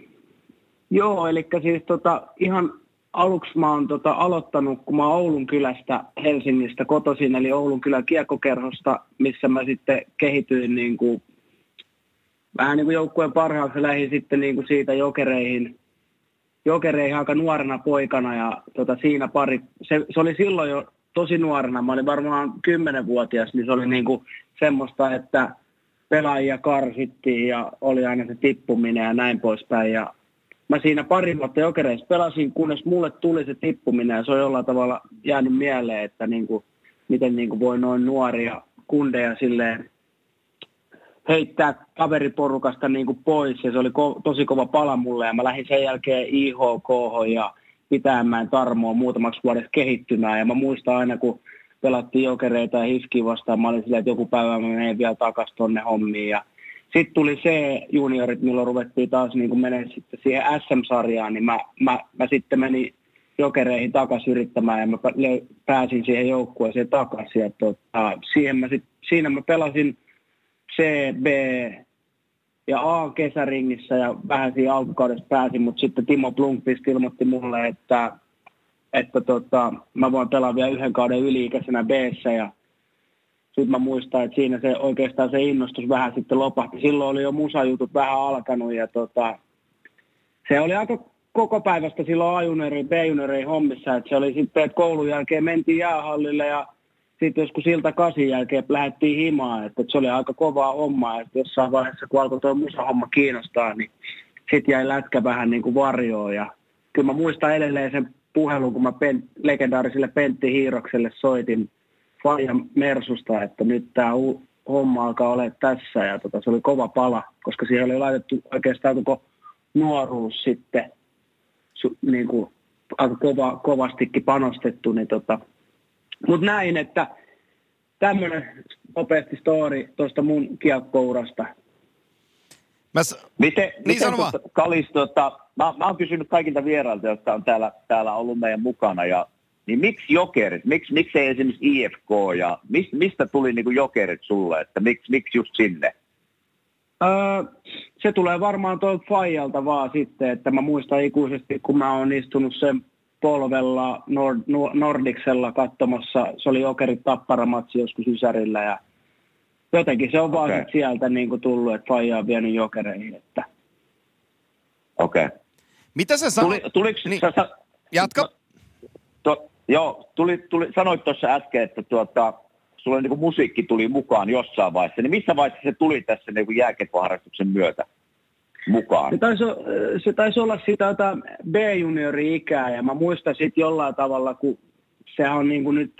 Joo, eli siis tota, ihan aluksi mä oon tota, aloittanut, kun mä oon Oulun kylästä Helsingistä kotoisin, eli Oulun kylän kiekkokerhosta, missä mä sitten kehityin niin kuin, vähän niin kuin joukkueen parhaaksi, lähdin sitten niin kuin siitä jokereihin, jokereihin aika nuorena poikana ja tota, siinä pari, se, se oli silloin jo tosi nuorena, mä olin varmaan kymmenvuotias, niin se oli niin kuin semmoista, että pelaajia karsittiin ja oli aina se tippuminen ja näin poispäin ja mä siinä pari vuotta jokereissa pelasin, kunnes mulle tuli se tippuminen ja se on jollain tavalla jäänyt mieleen, että niinku, miten niinku voi noin nuoria kundeja silleen heittää kaveriporukasta niinku pois ja se oli ko- tosi kova pala mulle ja mä lähdin sen jälkeen I H K ja Pitäämään Tarmoa muutamaksi vuodeksi kehittymään ja mä muistan aina kun pelattiin jokereita ja Hiskiä vastaan, mä olin silleen, että joku päivä mä menen vielä takaisin tonne hommiin ja sitten tuli C-juniorit, milloin ruvettiin taas niin menemään sitten siihen S M-sarjaan, niin mä, mä, mä sitten menin jokereihin takaisin yrittämään ja mä pääsin siihen joukkueeseen takaisin. Ja tota, siihen mä sit, siinä mä pelasin C, B ja A kesäringissä ja vähän siinä alkukaudessa pääsin, mutta sitten Timo Blomqvist ilmoitti mulle, että, että tota, mä voin pelaa vielä yhden kauden yli-ikäisenä B:ssä ja sitten mä muistan, että siinä se oikeastaan se innostus vähän sitten lopahti. Silloin oli jo musajutut vähän alkanut ja tota, se oli aika koko päivästä silloin A-juniorin, B-juniorin hommissa, että se oli sitten, että koulun jälkeen mentiin jäähallille ja sitten joskus silta kasin jälkeen lähdettiin himaan, että se oli aika kovaa hommaa, että jossain vaiheessa kun alkoi tuo musahomma kiinnostaa, niin sitten jäi lätkä vähän niin kuin varjoon ja kyllä mä muistan edelleen sen puhelun, kun mä pen, legendaariselle Pentti Hiirokselle soitin Fajan Mersusta, että nyt tämä homma alkaa olla tässä ja tota, se oli kova pala, koska siihen oli laitettu oikeastaan koko nuoruus sitten su, niin kuin, aika kova, kovastikin panostettu. Niin tota. Mutta näin, että tämmöinen nopeasti story tuosta mun kiekkourasta. Mä s- Miten, niin miten sano vaan. tuota, Kalis, tota, mä, mä oon kysynyt kaikilta vierailta, jotka on täällä, täällä ollut meidän mukana, ja niin miksi Jokerit, miksi, miksi ei esimerkiksi I F K, ja mis, mistä tuli niin kuin Jokerit sulle, että miksi, miksi just sinne? Öö, se tulee varmaan tuolta Fajalta vaan sitten, että mä muistan ikuisesti, kun mä oon istunut sen polvella Nord, Nordiksella katsomassa, se oli Jokerit Tappara-matsi joskus Ysärillä, ja jotenkin se on vaan Okay. sit sieltä niin kuin tullut, että Faja on vienyt Jokereihin, että Okei. Okay. Mitä sä sanoit? Tuli, tuliko, Niin, sä, sä, jatka. to, joo, tuli, tuli, sanoit tuossa äsken, että tuota, sulle niin kuin musiikki tuli mukaan jossain vaiheessa, niin missä vaiheessa se tuli tässä niin kuin jääkiekkoharrastuksen myötä mukaan? Se taisi, se taisi olla sitä jotain B-juniori-ikää, ja mä muistan sitten jollain tavalla, kun sehän on niin kuin nyt,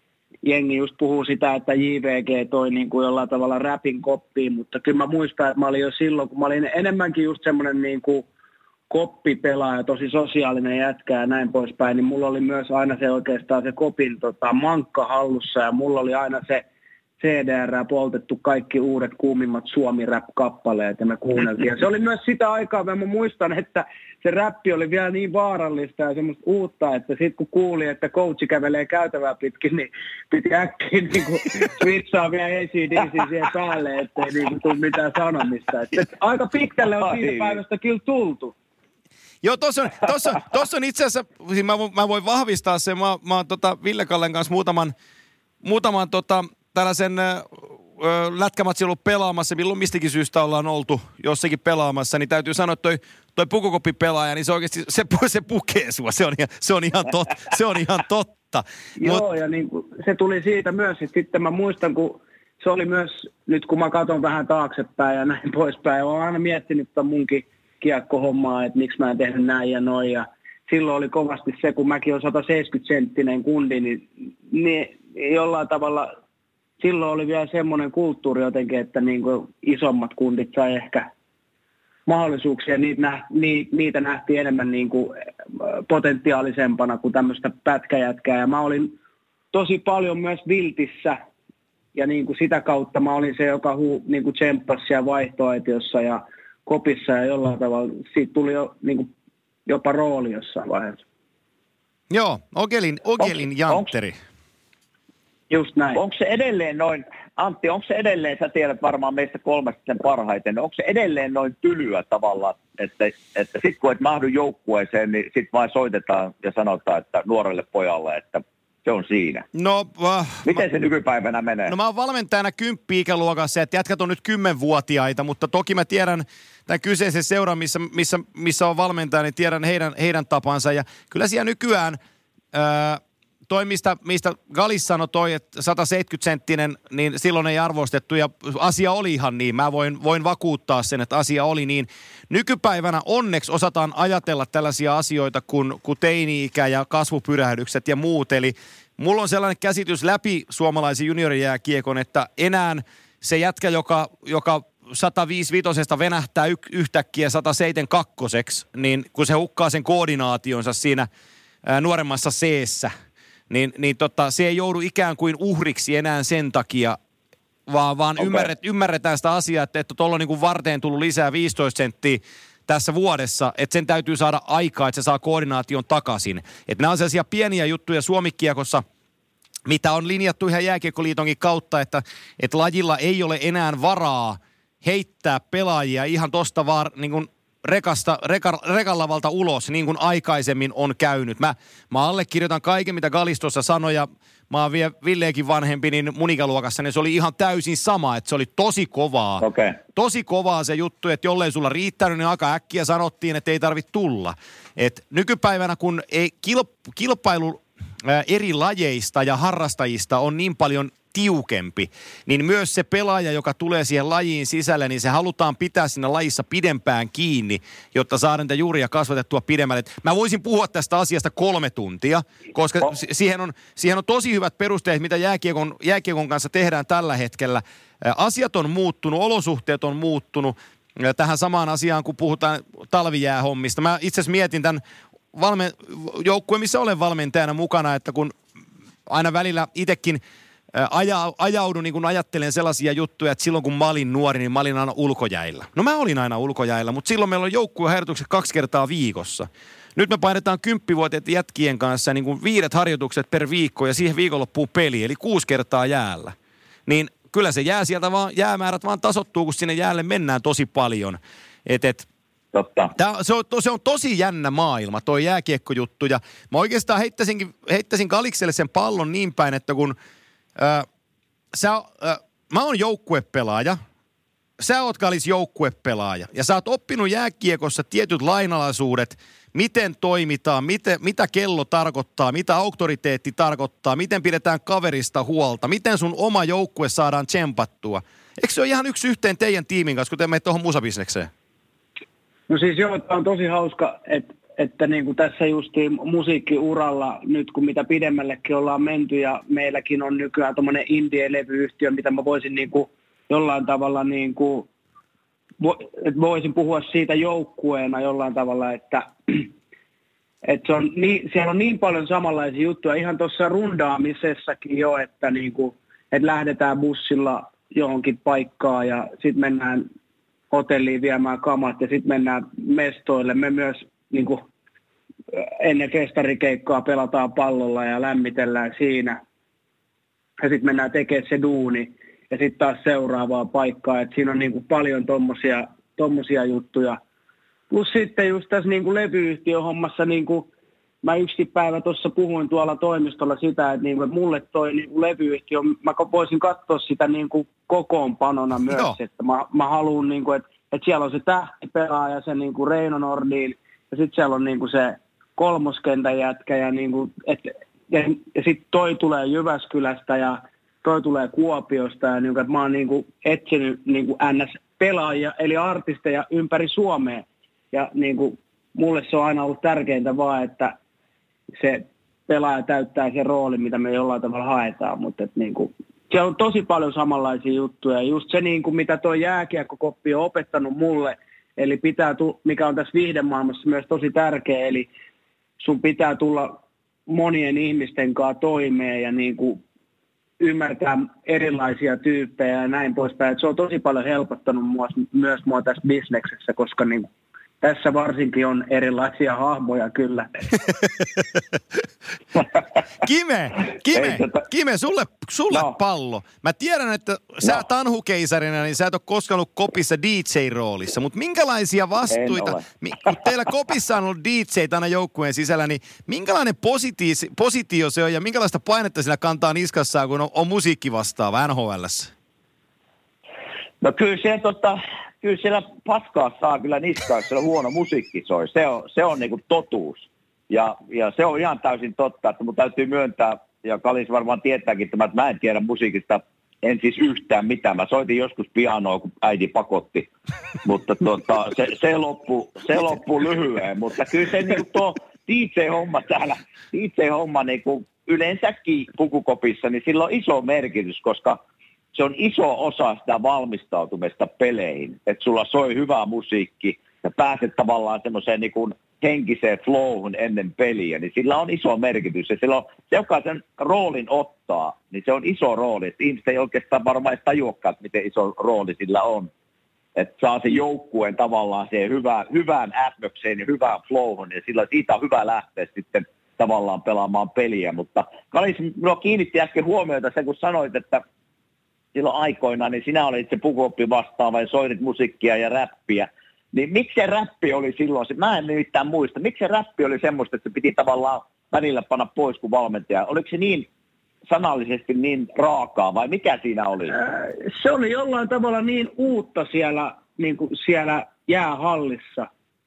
jengi just puhuu sitä, että J V G toi niin kuin jollain tavalla räpin koppiin, mutta kyllä mä muistan, että mä olin jo silloin, kun mä olin enemmänkin just semmoinen niin kuin koppipelaaja, tosi sosiaalinen jätkä ja näin poispäin, niin mulla oli myös aina se oikeastaan se kopin tota, mankka hallussa, ja mulla oli aina se C D R poltettu kaikki uudet kuumimmat Suomi-rap-kappaleet, ja me kuunneltiin. Ja se oli myös sitä aikaa, mä muistan, että se räppi oli vielä niin vaarallista ja semmoista uutta, että sitten kun kuuli, että coachi kävelee käytävää pitkin, niin piti äkkiä niin kuin switchaa vielä A C D C siihen päälle, ettei niin kuin tule mitään sanomista. Et, et aika pitkälle on siitä päivästä kyllä tultu. Joo, tuossa on, tossa, tossa on itse asiassa, siis mä, voin- mä voin vahvistaa sen, mä, mä oon tota Ville Kallen kanssa muutaman, muutaman tota, tällaisen ö, lätkämatsin ollut pelaamassa, milloin mistäkin syystä ollaan oltu jossakin pelaamassa, niin täytyy sanoa, että toi, toi pukukoppipelaaja, niin se oikeasti, se, se pukee sua, se on ihan, se on ihan, tot, se on ihan totta. Joo, Mut, ja niin kuin, se tuli siitä myös, että sitten mä muistan, kun se oli myös, nyt kun mä katson vähän taaksepäin ja näin poispäin, olen aina miettinyt tämän munkin kiekkohommaa, että miksi mä en tehnyt näin ja noin, ja silloin oli kovasti se, kun mäkin olen sata seitsemänkymmentä senttinen kundi, niin, niin jollain tavalla silloin oli vielä semmoinen kulttuuri jotenkin, että niin kuin isommat kundit sai ehkä mahdollisuuksia, niitä, nä, niitä nähtiin enemmän niin kuin potentiaalisempana kuin tämmöistä pätkäjätkää. Ja mä olin tosi paljon myös viltissä, ja niin kuin sitä kautta mä olin se, joka huu, niin kuin tsemppasi siellä vaihtoaitiossa ja kopissa, ja jollain tavalla siitä tuli jo niin kuin jopa rooli jossain vaiheessa. joo, Ogelin, Ogelin Onks- jantteri. Just näin. Onko se edelleen noin, Antti, onko se edelleen, sä tiedät varmaan meistä kolmesta sen parhaiten, onko se edelleen noin tylyä tavallaan, että, että sit kun et mahdu joukkueeseen, niin sit vain soitetaan ja sanotaan, että nuorelle pojalle, että se on siinä. No, äh, Miten se nykypäivänä menee? No mä oon valmentajana kymppi-ikäluokassa, että jätkät on nyt kymmenvuotiaita, mutta toki mä tiedän tämän kyseisen seuran, missä, missä, missä on valmentaja, niin tiedän heidän, heidän tapansa. Ja kyllä siellä nykyään ää, toi, mistä, mistä Galis sanoi toi, että sata seitsemänkymmentä senttinen, niin silloin ei arvostettu ja asia oli ihan niin. Mä voin, voin vakuuttaa sen, että asia oli niin. Nykypäivänä onneksi osataan ajatella tällaisia asioita kuin, kuin teini-ikä ja kasvupyrähdykset ja muut. Eli mulla on sellainen käsitys läpi suomalaisen juniorijääkiekon, että enää se jätkä, joka, joka sata viisikymmentäviisi venähtää y- yhtäkkiä sata seitsemänkymmentäkaksi, niin kun se hukkaa sen koordinaationsa siinä ää, nuoremmassa C-ssä, niin, niin tota, se ei joudu ikään kuin uhriksi enää sen takia, vaan, vaan Okay. ymmärret, ymmärretään sitä asiaa, että tuolla on niin kuin varteen tullut lisää viisitoista senttiä tässä vuodessa, että sen täytyy saada aikaa, että se saa koordinaation takaisin. Että nämä on sellaisia pieniä juttuja Suomi-kiekossa, mitä on linjattu ihan Jääkiekkoliitonkin kautta, että, että lajilla ei ole enää varaa heittää pelaajia ihan tosta vaan niin kuin rekasta, reka, rekalavalta ulos, niin kuin aikaisemmin on käynyt. Mä, mä allekirjoitan kaiken, mitä Galis tuossa sanoi, ja mä oon vielä Villeekin vanhempi, niin mun ikäluokassa, niin se oli ihan täysin sama, että se oli tosi kovaa. Okay. Tosi kovaa se juttu, että jollei sulla riittänyt, niin aika äkkiä sanottiin, että ei tarvitse tulla. Et nykypäivänä, kun ei kilp, kilpailu ää, eri lajeista ja harrastajista on niin paljon tiukempi, niin myös se pelaaja, joka tulee siihen lajiin sisälle, niin se halutaan pitää siinä lajissa pidempään kiinni, jotta saadaan niitä juuria kasvatettua pidemmälle. Mä voisin puhua tästä asiasta kolme tuntia, koska oh. siihen, on, siihen on tosi hyvät perusteet, mitä jääkiekon, jääkiekon kanssa tehdään tällä hetkellä. Asiat on muuttunut, olosuhteet on muuttunut. Tähän samaan asiaan, kun puhutaan talvijäähommista. Mä itse asiassa mietin tämän valme- joukkueen, missä olen valmentajana mukana, että kun aina välillä itsekin Aja, ajaudun, niin kun ajattelen sellaisia juttuja, että silloin kun mä olin nuori, niin mä olin aina ulkojäillä. No mä olin aina ulkojäillä, mutta silloin meillä oli joukkueharjoitukset kaksi kertaa viikossa. Nyt me painetaan kymppivuotiaat jätkien kanssa niin kuin viidet harjoitukset per viikko ja siihen viikonloppuun peli, eli kuusi kertaa jäällä. Niin kyllä se jää sieltä vaan, jäämäärät vaan tasoittuu, kun sinne jäälle mennään tosi paljon. Et, et, Totta. Tää, se, on, se on tosi jännä maailma, toi jääkiekkojuttu. Ja mä oikeastaan heittäisinkin, heittäisin Galikselle sen pallon niin päin, että kun Öö, sä, öö, mä oon joukkuepelaaja, sä oot Galis joukkuepelaaja ja sä oot oppinut jääkiekossa tietyt lainalaisuudet, miten toimitaan, miten, mitä kello tarkoittaa, mitä auktoriteetti tarkoittaa, miten pidetään kaverista huolta, miten sun oma joukkue saadaan tsempattua. Eikö se ole ihan yksi yhteen teidän tiimin kanssa, kun te menette tuohon musabisnekseen? No siis joo, tämä on tosi hauska, että että niin kuin tässä justiin musiikkiuralla nyt kun mitä pidemmällekin ollaan menty ja meilläkin on nykyään tommoinen indie-levyyhtiö, mitä mä voisin niin kuin jollain tavalla niin kuin, että voisin puhua siitä joukkueena jollain tavalla, että, että se on niin, siellä on niin paljon samanlaisia juttuja ihan tuossa rundaamisessakin jo, että, niin kuin, että lähdetään bussilla johonkin paikkaan ja sitten mennään hotelliin viemään kamat ja sitten mennään mestoille. Me myös niin kuin ennen festarikeikkaa pelataan pallolla ja lämmitellään siinä. Ja sitten mennään tekemään se duuni ja sitten taas seuraavaa paikkaa. Et siinä on niin kuin paljon tommosia, tommosia juttuja. Plus sitten just tässä niin kuin levyyhtiöhommassa, niin kuin mä yksi päivä tuossa puhuin tuolla toimistolla sitä, että, niin kuin, että mulle toi niin kuin levyyhtiö, mä voisin katsoa sitä niin kuin kokoonpanona myös. Joo. Että mä, mä haluan, niin kuin, että, että siellä on se tähtipelaaja, se niin kuin Reino Nordin. Ja sitten siellä on niinku se kolmoskentän jätkä ja, niinku, et, ja, ja sitten toi tulee Jyväskylästä ja toi tulee Kuopiosta. Ja niinku, mä oon niinku etsinyt niinku N S-pelaajia eli artisteja ympäri Suomea. Ja niinku, mulle se on aina ollut tärkeintä vaan, että se pelaaja täyttää sen roolin, mitä me jollain tavalla haetaan. Mutta niinku, siellä on tosi paljon samanlaisia juttuja. Ja just se, niinku, mitä tuo jääkiekkokoppi on opettanut mulle, eli pitää, mikä on tässä viihdemaailmassa myös tosi tärkeä, eli sun pitää tulla monien ihmisten kanssa toimeen ja niin kuin ymmärtää erilaisia tyyppejä ja näin poispäin. Et se on tosi paljon helpottanut mua, myös mua tässä bisneksessä, koska niin kuin tässä varsinkin on erilaisia hahmoja kyllä. Kime, Kime, Kime, sulle, sulle no. pallo. Mä tiedän, että sä no. tanhukeisarina, niin sä et ole koskaan ollut kopissa D J-roolissa, mutta minkälaisia vastuita, kun teillä kopissa on ollut D J:tä aina joukkueen sisällä, niin minkälainen positiis, positio se on ja minkälaista painetta sillä kantaa niskassaan, kun on, on musiikki vastaava N H L:ssä? No kyllä se tota... Kyllä siellä paskaa saa kyllä niskaa, jos siellä huono musiikki soi. Se on, se on niin kuin totuus. Ja, ja se on ihan täysin totta, että mun täytyy myöntää, ja Galis varmaan tietääkin tämä, että mä en tiedä musiikista, en siis yhtään mitään. Mä soitin joskus pianoa, kun äiti pakotti, mutta tota, se, se loppui se loppu lyhyen. Mutta kyllä se niin kuin tuo D J-homma täällä, D J-homma niin kuin yleensäkin pukukopissa, niin sillä on iso merkitys, koska se on iso osa sitä valmistautumista peleihin, että sulla soi hyvä musiikki ja pääset tavallaan semmoiseen niin kuin henkiseen flowhun ennen peliä, niin sillä on iso merkitys. Ja silloin se, joka sen roolin ottaa, niin se on iso rooli. Että ihmiset ei oikeastaan varmaan edes tajuakaan, miten iso rooli sillä on. Että saa sen joukkueen tavallaan siihen hyvään, hyvään atmokseen ja hyvään flowhun, ja sillä siitä on hyvä lähteä sitten tavallaan pelaamaan peliä. Mutta Galis, minua kiinnitti äsken huomiota se, kun sanoit, että silloin aikoinaan, niin sinä olit se pukoppi vastaava ja soitit musiikkia ja räppiä. Niin miksi se räppi oli silloin, mä en nimittäin muista, miksi se räppi oli semmoista, että se piti tavallaan välillä panna pois kuin valmentaja? Oliko se niin sanallisesti niin raakaa vai mikä siinä oli? Se oli jollain tavalla niin uutta siellä, niin kuin siellä jäähallissa,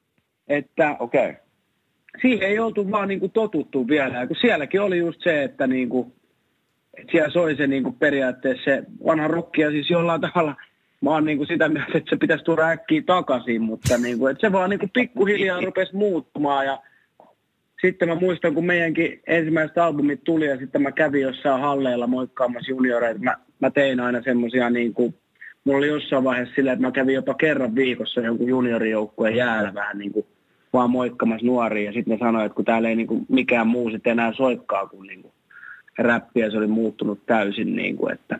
että okay. siihen ei oltu vaan niin kuin totuttu vielä. Ja kun sielläkin oli just se, että, niin kuin, että siellä soi se niin kuin periaatteessa se vanha rokki ja siis jollain tavalla mä oon niin kuin sitä mieltä, että se pitäisi tuoda äkkiä takaisin, mutta niin kuin, että se vaan niin kuin pikkuhiljaa rupesi muuttumaan ja sitten mä muistan, kun meidänkin ensimmäiset albumit tuli ja sitten mä kävin jossain halleilla moikkaamassa junioreita. Mä, mä tein aina semmosia niin kuin, mulla oli jossain vaiheessa silleen, että mä kävin jopa kerran viikossa jonkun juniorijoukkueen jäällä vähän niin kuin vaan moikkaamassa nuoria. Ja sitten ne sanoi, että kun täällä ei niin kuin mikään muu sitten enää soikkaa kuin, niin kuin räppi ja se oli muuttunut täysin. Niin kuin, että.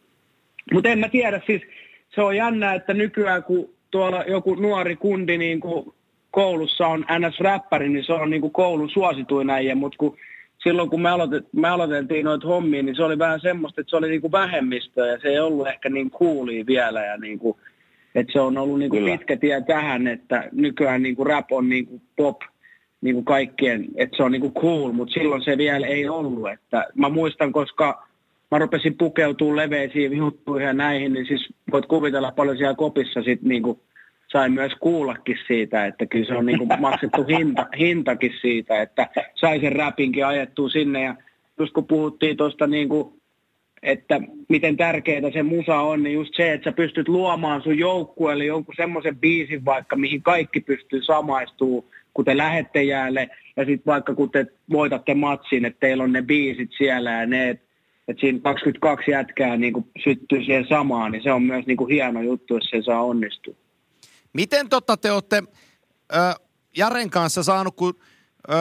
Mutta en mä tiedä, siis se on jännä, että nykyään kun tuolla joku nuori kundi niin kuin koulussa on N S-räppäri, niin se on niin kuin koulun suosituin äijä, mutta kun silloin kun me, aloitet, me aloiteltiin noita hommia, niin se oli vähän semmoista, että se oli niin kuin vähemmistö ja se ei ollut ehkä niin coolia vielä ja niin kuin, että se on ollut niin kuin pitkä tie tähän, että nykyään niin kuin rap on niin kuin pop niin kuin kaikkien, että se on niin kuin cool, mutta silloin se vielä ei ollut, että mä muistan, koska mä rupesin pukeutumaan leveisiin juttuihin ja näihin, niin siis voit kuvitella paljon siellä kopissa sit niin kuin sai myös kuullakin siitä, että kyllä se on niin kuin maksettu hinta, hintakin siitä, että sai sen räpinkin ajettua sinne. Ja just kun puhuttiin tuosta, niin kuin, että miten tärkeää se musa on, niin just se, että sä pystyt luomaan sun joukkueelle jonkun semmoisen biisin vaikka, mihin kaikki pystyy samaistumaan, kun te lähette jäälle. Ja sitten vaikka kun te voitatte matsin, että teillä on ne biisit siellä ja ne, että että siinä kaksikymmentäkaksi jätkää niin kuin syttyy siihen samaan, niin se on myös niin kuin hieno juttu, jos se saa onnistua. Miten totta te olette ö, Jaren kanssa saanut, kun ö,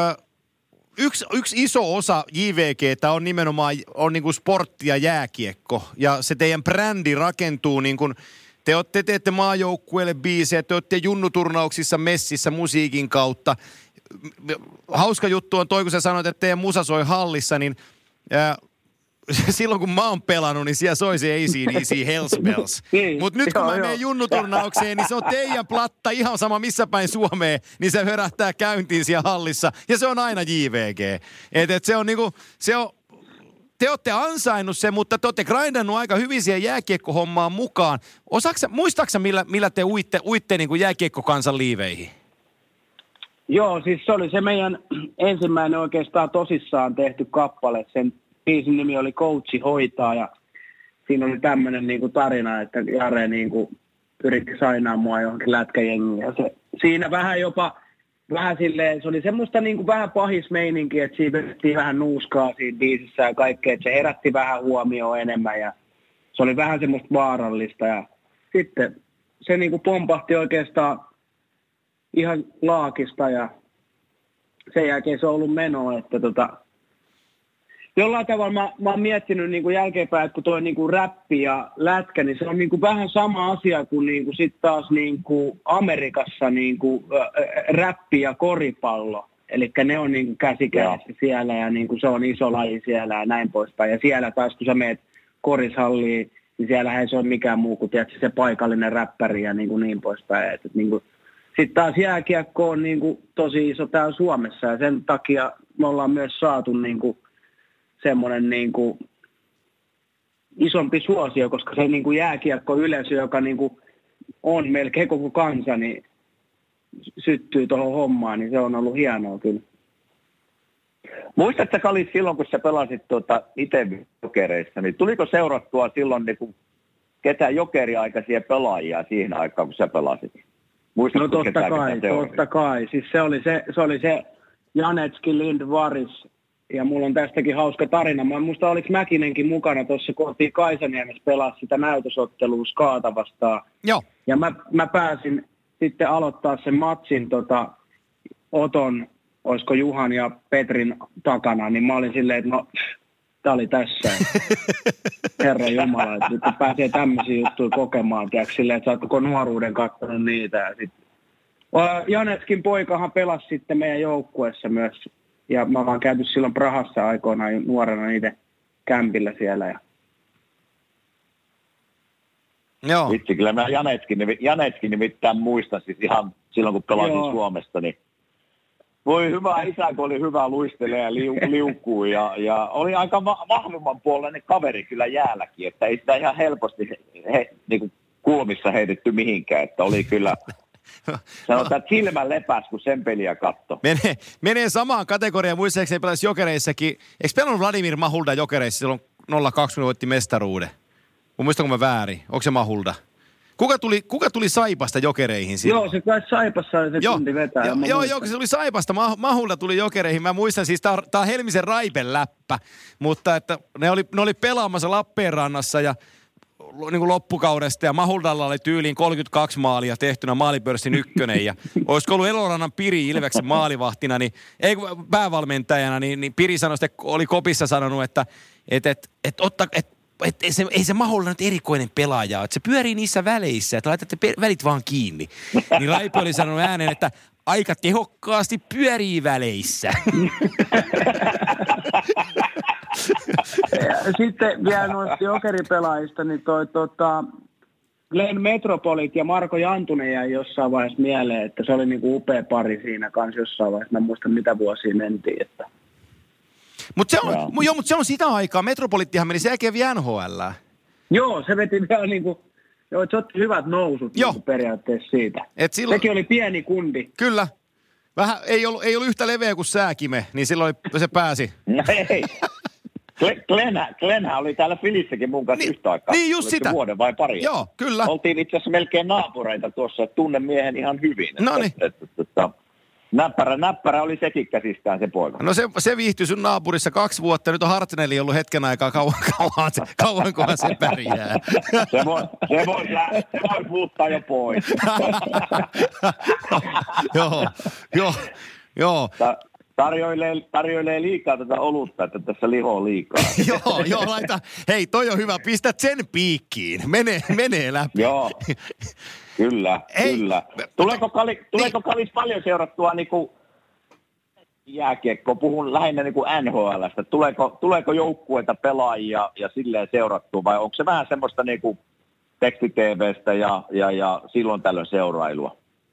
yksi, yksi iso osa J V G:tä on nimenomaan on niin kuin sportti ja jääkiekko, ja se teidän brändi rakentuu niin kuin, te, olette, teette maajoukkueelle biisejä, te olette junnuturnauksissa messissä musiikin kautta. Hauska juttu on toi, kun sä sanoit, että teidän musa soi hallissa, niin ö, silloin kun mä oon pelannut, niin siellä soi se A C D C Hells Bells. Mutta nyt kun mä menen junnuturnaukseen, niin se on teidän platta ihan sama missä päin Suomeen, niin se hörähtää käyntiin siellä hallissa. Ja se on aina J V G. Et, et se on niinku, se on, te olette ansainnut sen, mutta te olette grindannut aika hyvin siihen jääkiekkohommaan mukaan. Osaksä, muistaaksä millä, millä te uitte, uitte niinku jääkiekkokansan liiveihin? Joo, siis se oli se meidän ensimmäinen oikeastaan tosissaan tehty kappale. Sen biisin nimi oli Coachi hoitaa ja siinä oli tämmöinen niinku tarina, että Jare niinku yritti sainaa mua johonkin lätkäjengiin. Ja se, siinä vähän jopa, vähän silleen, se oli semmoista niinku vähän pahis meininki, että siinä vedettiin vähän nuuskaa siinä biisissä ja kaikkea, että se herätti vähän huomioon enemmän ja se oli vähän semmoista vaarallista. Ja sitten se niinku pompahti oikeastaan ihan laakista ja sen jälkeen se on ollut menoa, että tota jollain tavalla mä, mä oon miettinyt niin kuin jälkeenpäin, että kun toi niin kuin räppi ja lätkä, niin se on niin kuin vähän sama asia kuin, niin kuin sit taas niin kuin Amerikassa niin kuin, äh, räppi ja koripallo. Eli ne on niin kuin käsikädessä siellä ja niin kuin se on iso laji siellä ja näin poispäin. Ja siellä taas kun sä meet korishalliin, niin siellä ei se ole mikään muu kuin tiedätkö, se paikallinen räppäri ja niin, kuin niin poispäin. Et, et, niin kuin, sitten taas jääkiekko on niin kuin tosi iso täällä Suomessa ja sen takia me ollaan myös saatu niin kuin semmoinen niin kuin isompi suosio, koska se niin kuin jääkiekko yleisö, joka niin kuin on melkein koko kansa, niin syttyy tuohon hommaan, niin se on ollut hienoa kyllä. Muistatko, Kalis, silloin kun sä pelasit tuota itse Jokereissa, niin tuliko seurattua silloin niin kuin ketään jokeriaikaisia pelaajia siihen aikaan, kun sä pelasit? Muistatko, no totta kai, totta kai. Siis se oli se, se, oli se Janetski, Lind, Varis. Ja mulla on tästäkin hauska tarina. Mä en muista, oliko Mäkinenkin mukana tuossa, kun oltiin Kaisaniemessä pelaa sitä näytösottelua Skaata vastaan. Joo. Ja mä, mä pääsin sitten aloittaa sen matsin tota, Oton, olisiko Juhan ja Petrin takana, niin mä olin silleen, että no, tää oli tässä. Herra Jumala, että nyt pääsee tämmöisiä juttuja kokemaan, tiedätkö, silleen, että sä oot koko nuoruuden katsonut niitä. Ja sit. Janetskin poikahan pelasi sitten meidän joukkueessa myös. Ja mä vaan käyty silloin Prahassa aikoinaan nuorena niiden kämpillä siellä. Ja Joo. Vitsi, kyllä mä Janetskin, Janetskin nimittäin muistan siis ihan silloin, kun pelasin Joo. Suomesta, niin voi hyvä isä, kun oli hyvä luistelee ja liu, liukuu ja, ja oli aika va- vahvemman puolinen kaveri kyllä jäälläkin, että ei sitä ihan helposti he, niin kuin kulmissa heitetty mihinkään, että oli kyllä, sanotaan, että silmän lepäs, kun sen peliä katto. Menee, menee samaan kategoriaan, muistaakseni pelasi Jokereissakin, eikö pelannut Vladimir Mahulda Jokereissa silloin nolla kaksi, kun voitti mestaruuden? Muistanko mä väärin? Onko se Mahulda? Kuka tuli, kuka tuli Saipasta Jokereihin silloin? Joo, se kai Saipassa oli se joo, tunti vetää. Joo, joo, joo, se oli Saipasta. Mahulda tuli Jokereihin. Mä muistan siis, tää on Helmisen Raipen läppä, mutta että ne oli, ne oli pelaamassa Lappeenrannassa ja niin kuin loppukaudesta ja Mahuldalla oli tyyliin kolmekymmentäkaksi maalia tehtynä maalipörssin ykkönen ja olisiko ollut Elorannan Piri Ilveksen maalivahtina, niin ei päävalmentajana, niin, niin Piri sanoi sitten, oli kopissa sanonut, että et, et, et, otta, et, et, ei se, ei se Mahulda nyt erikoinen pelaaja, että se pyörii niissä väleissä, että laitatte välit vaan kiinni. Niin Raipe oli sanonut ääneen, että aika tehokkaasti pyörii väleissä. Sitten vielä noista jokeripelaajista, niin toi tota, Glenn Metropolit ja Marko Jantunen jäi jossain vaiheessa mieleen, että se oli niinku upea pari siinä kanssa jossain vaiheessa. Mä en muista, mitä vuosia mentiin. Että. Mutta se, on, mut se on sitä aikaa. Metropolittihan meni sen jälkeen vielä N H L. Joo, se veti vielä niinku, joo, se otti hyvät nousut niinku periaatteessa siitä. Et silloin, sekin oli pieni kundi. Kyllä. Vähän ei ollut, ei ollut yhtä leveä kuin Sääkime, niin silloin se pääsi. No ei. Glenhän, Glenhän oli täällä Filissäkin mun kanssa niin, yhtä aikaa. Niin just sitä. Vuoden vai pari. Joo, kyllä. Oltiin itse asiassa melkein naapureita tuossa, että tunnen miehen ihan hyvin. No niin. Näppärä, näppärä oli sekin käsistään se poika. No se, se viihtyi sun naapurissa kaksi vuotta. Nyt on Hartnelli ollut hetken aikaa kauan, kauan, se, kauankohan se pärjää. Se voi, se voi, se voi muuttaa jo pois. joo, joo, joo. Ta- Tarjoilee, tarjoilee liikaa tätä olutta, että tässä lihoo liikaa. joo, joo, laita. Hei, toi on hyvä. Pistät sen piikkiin. Menee, menee läpi. Joo, kyllä, Hei, kyllä. Tuleeko, kali, tuleeko niin. Kalis paljon seurattua niin kuin jääkiekkoa? Puhun lähinnä niin kuin N H L:stä. Tuleeko, tuleeko joukkueita pelaajia ja silleen seurattua vai onko se vähän semmoista niin kuin teksti-tv:stä ja, ja, ja silloin tällöin seurailua?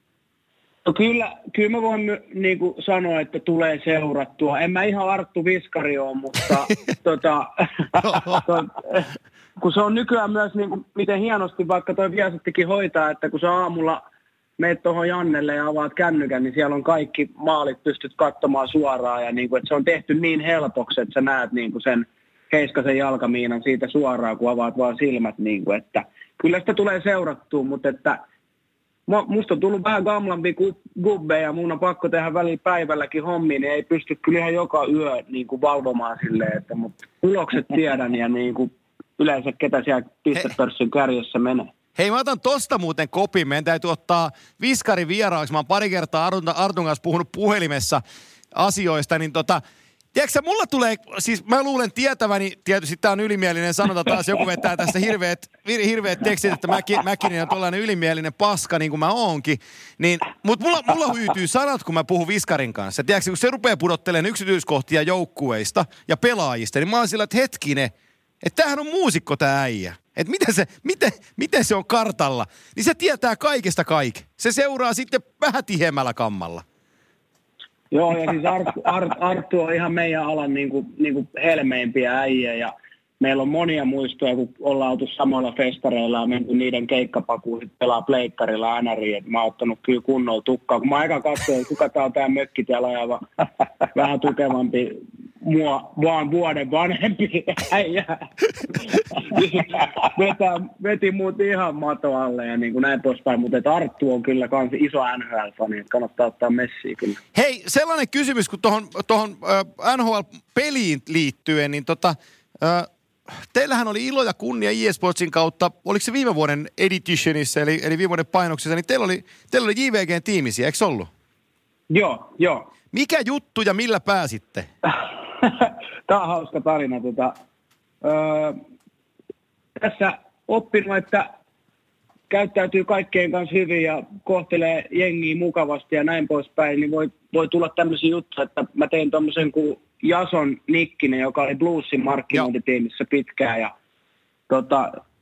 No kyllä, kyllä mä voin niin kuin sanoa, että tulee seurattua. En mä ihan Arttu Viskari ole, mutta tota, to, kun se on nykyään myös, niin kuin, miten hienosti vaikka toi Viasattikin hoitaa, että kun sä aamulla meet tuohon Jannelle ja avaat kännykän, niin siellä on kaikki maalit, pystyt katsomaan suoraan. Ja niin kuin, että se on tehty niin helpoksi, että sä näet niin kuin sen Heiskasen jalkamiinan siitä suoraan, kun avaat vaan silmät. Niin kuin, että kyllä sitä tulee seurattua, mutta että musta on tullut vähän gamlampi gubbe ja mun on pakko tehdä väliin päivälläkin hommiin, niin ei pysty kyllä ihan joka yö niin kuin valvomaan silleen, että mutta tulokset tiedän ja niin kuin yleensä ketä siellä pistepörssin kärjessä menee. Hei, mä otan tosta muuten kopin. Meidän täytyy ottaa Viskari vieraaksi. Mä oon pari kertaa Artun, Artun kanssa puhunut puhelimessa asioista, niin tota, tiedätkö mulla tulee, siis mä luulen tietäväni, tietysti tää on ylimielinen sanonta taas, joku vetää tästä hirveät, hirveät tekstit, että Mäki, Mäkinen on tollainen ylimielinen paska, niin kuin mä oonkin, niin, mut mulla, mulla hyytyy sanat, kun mä puhun Viskarin kanssa. Tiedätkö, kun se rupeaa pudottelemaan yksityiskohtia joukkueista ja pelaajista, niin mä oon sillä, että hetkinen, että tämähän on muusikko tää äijä. Että miten se, miten, miten se on kartalla, niin se tietää kaikesta kaiken. Se seuraa sitten vähän tiheämmällä kammalla. Joo, ja siis Arttu, Art, Arttu on ihan meidän alan niin kuin, niin kuin helmeimpiä äijä, ja meillä on monia muistoja, kun ollaan oltu samoilla festareilla ja menty niiden keikkapakuun, sitten pelaa pleikkarilla N R I, että mä oon ottanut kyllä kunnolla tukkaa. Kun mä aika katsoin, että kuka tää on tää mökkitiellä ajava vähän tukevampi, mua vaan vuoden vanhempi äijä. Vetää, veti muut ihan mato alle ja niin kuin näin poispäin, mutta Arttu on kyllä kans iso N H L-fani, että kannattaa ottaa messiä kyllä. Hei, sellainen kysymys, kun tuohon, tuohon äh, N H L-peliin liittyen, niin tota, äh, teillähän oli ilo ja kunnia E S Sportsin kautta, oliko se viime vuoden Editionissa, eli, eli viime vuoden painoksessa, niin teillä oli, teillä oli J V G-tiimisiä, eikö ollut? Joo, joo. Mikä juttu ja millä pääsitte? Tämä on hauska tarina. Tota, öö, tässä oppinut, että käyttäytyy kaikkien kanssa hyvin ja kohtelee jengiä mukavasti ja näin poispäin, niin voi, voi tulla tämmöisiä juttuja, että mä tein tommosen kuin Jason Nikkinen, joka oli Bluesin markkinointitiimissä pitkään ja tota,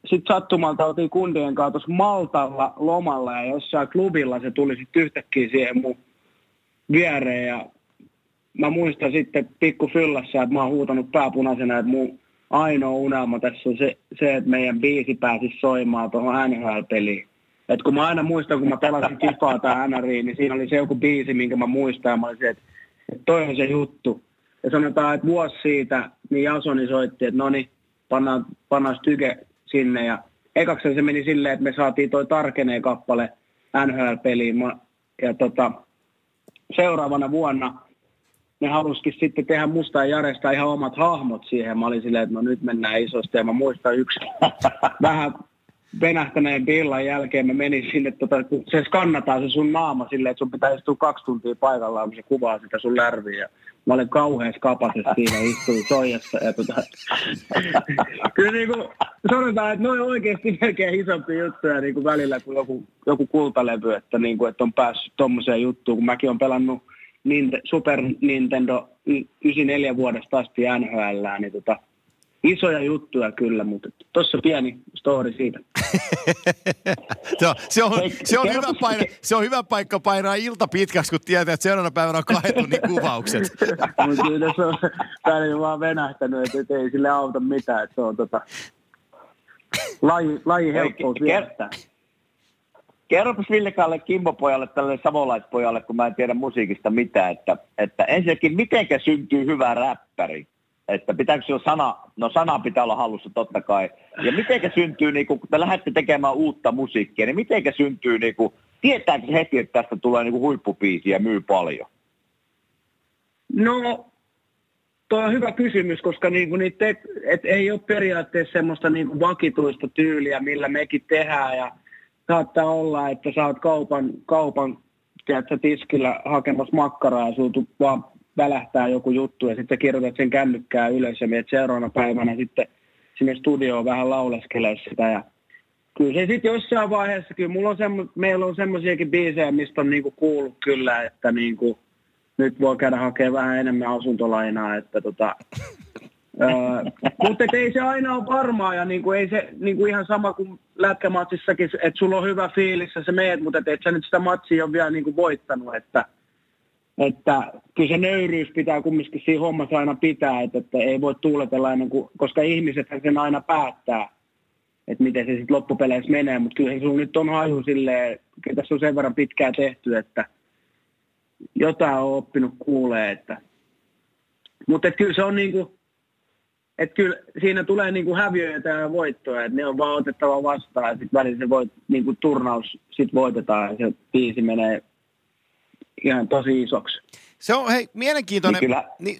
sitten sattumalta oltiin kundien kanssa tuossa Maltalla lomalla ja jossain klubilla se tuli sitten yhtäkkiä siihen mun viereen ja mä muistan sitten pikku fyllassa, että mä oon huutanut pääpunaisena, että mun ainoa unelma tässä on se, se että meidän biisi pääsisi soimaan tuohon N H L-peliin. Et kun mä aina muistan, kun mä pelasin Kifaa tai N R I, niin siinä oli se joku biisi, minkä mä muistan ja mä olin se, että, että toi on se juttu. Ja sanotaan, että vuosi siitä, niin Jasoni soitti, että no niin, pannaan, pannaan Styke sinne. Ja ekaksi se meni silleen, että me saatiin toi Tarkeneen kappale N H L-peliin. Ja tota, seuraavana vuonna ne halusikin sitten tehdä musta ja Jaresta ihan omat hahmot siihen. Mä olin silleen, että no nyt mennään isosti. Ja mä muistan yksi vähän venähtäneen pillan jälkeen mä menin sinne, tota, kun se skannataan se sun naama silleen, että sun pitää istua kaksi tuntia paikallaan, kun se kuvaa sitä sun lärviä. Ja mä olin kauhean skapasessa siinä, istuin soijassa. Ja tota, kyllä niin kuin sanotaan, että ne on oikeasti melkein isompia juttuja niin kuin välillä kuin joku, joku kultalevy, että, niin kuin, että on päässyt tommoseen juttuun, kun mäkin olen pelannut Ninte, Super Nintendo yhdeksänkymmentäneljä vuodesta asti N H L, niin tota, isoja juttuja kyllä, mutta tuossa pieni story siitä. se, on, se, on, se, on hyvä paina, se on hyvä paikka painaa ilta pitkäksi, kun tietää, että seuraavana päivänä on kahden tunnin kuvaukset. Mutta kyllä se on välillä vaan venähtänyt, että ei sille auta mitään. Että se on tota, laji, laji helppous viettää. Kerropas Villekalle, Kimmo-pojalle, tälle savolaispojalle, kun mä en tiedä musiikista mitään, että, että ensinnäkin mitenkä syntyy hyvä räppäri? Että pitääkö se sana, no sana pitää olla hallussa totta kai. Ja mitenkä syntyy, niin kun te lähdette tekemään uutta musiikkia, niin mitenkä syntyy, niin kun, tietääkö se heti, että tästä tulee niin huippubiisi ja myy paljon? No, tuo on hyvä kysymys, koska niinku niitä, et ei ole periaatteessa semmoista niinku vakituista tyyliä, millä mekin tehdään. Ja saattaa olla, että sä oot kaupan, kaupan tiedätkö, tiskillä hakemassa makkaraa ja sulta vaan välähtää joku juttu ja sitten kirjoitat sen kännykkää ylös ja menet seuraavana päivänä sitten sinne studioon vähän lauleskelee sitä. Ja kyllä se sitten jossain vaiheessa, kyllä mulla on semmo, meillä on semmoisiakin biisejä, mistä on niinku kuullut kyllä, että niinku, nyt voi käydä hakemaan vähän enemmän asuntolainaa. Että tota, öö, mutta ei se aina ole varmaa ja niinku, ei se niinku ihan sama kuin lätkämatsissakin, että sulla on hyvä fiilis ja sä meet, mutta et sä nyt sitä matsia ole vielä niinku voittanut, että Että kyllä se nöyryys pitää kumminkin siinä hommassa aina pitää, että, että ei voi tuuletella ennen kuin, koska ihmisethän sen aina päättää, että miten se sitten loppupeleissä menee, mutta kyllä se nyt on haju silleen, kyllä tässä on sen verran pitkään tehty, että jotain on oppinut kuulee, että mutta kyllä se on niinku, että kyllä siinä tulee niinku häviöitä ja voittoja, että ne on vaan otettava vastaan ja sitten välillä se voit, niinku turnaus sit voitetaan ja se biisi menee ihan tosi isoksi. Se on, hei, mielenkiintoinen. Niin kyllä, niin,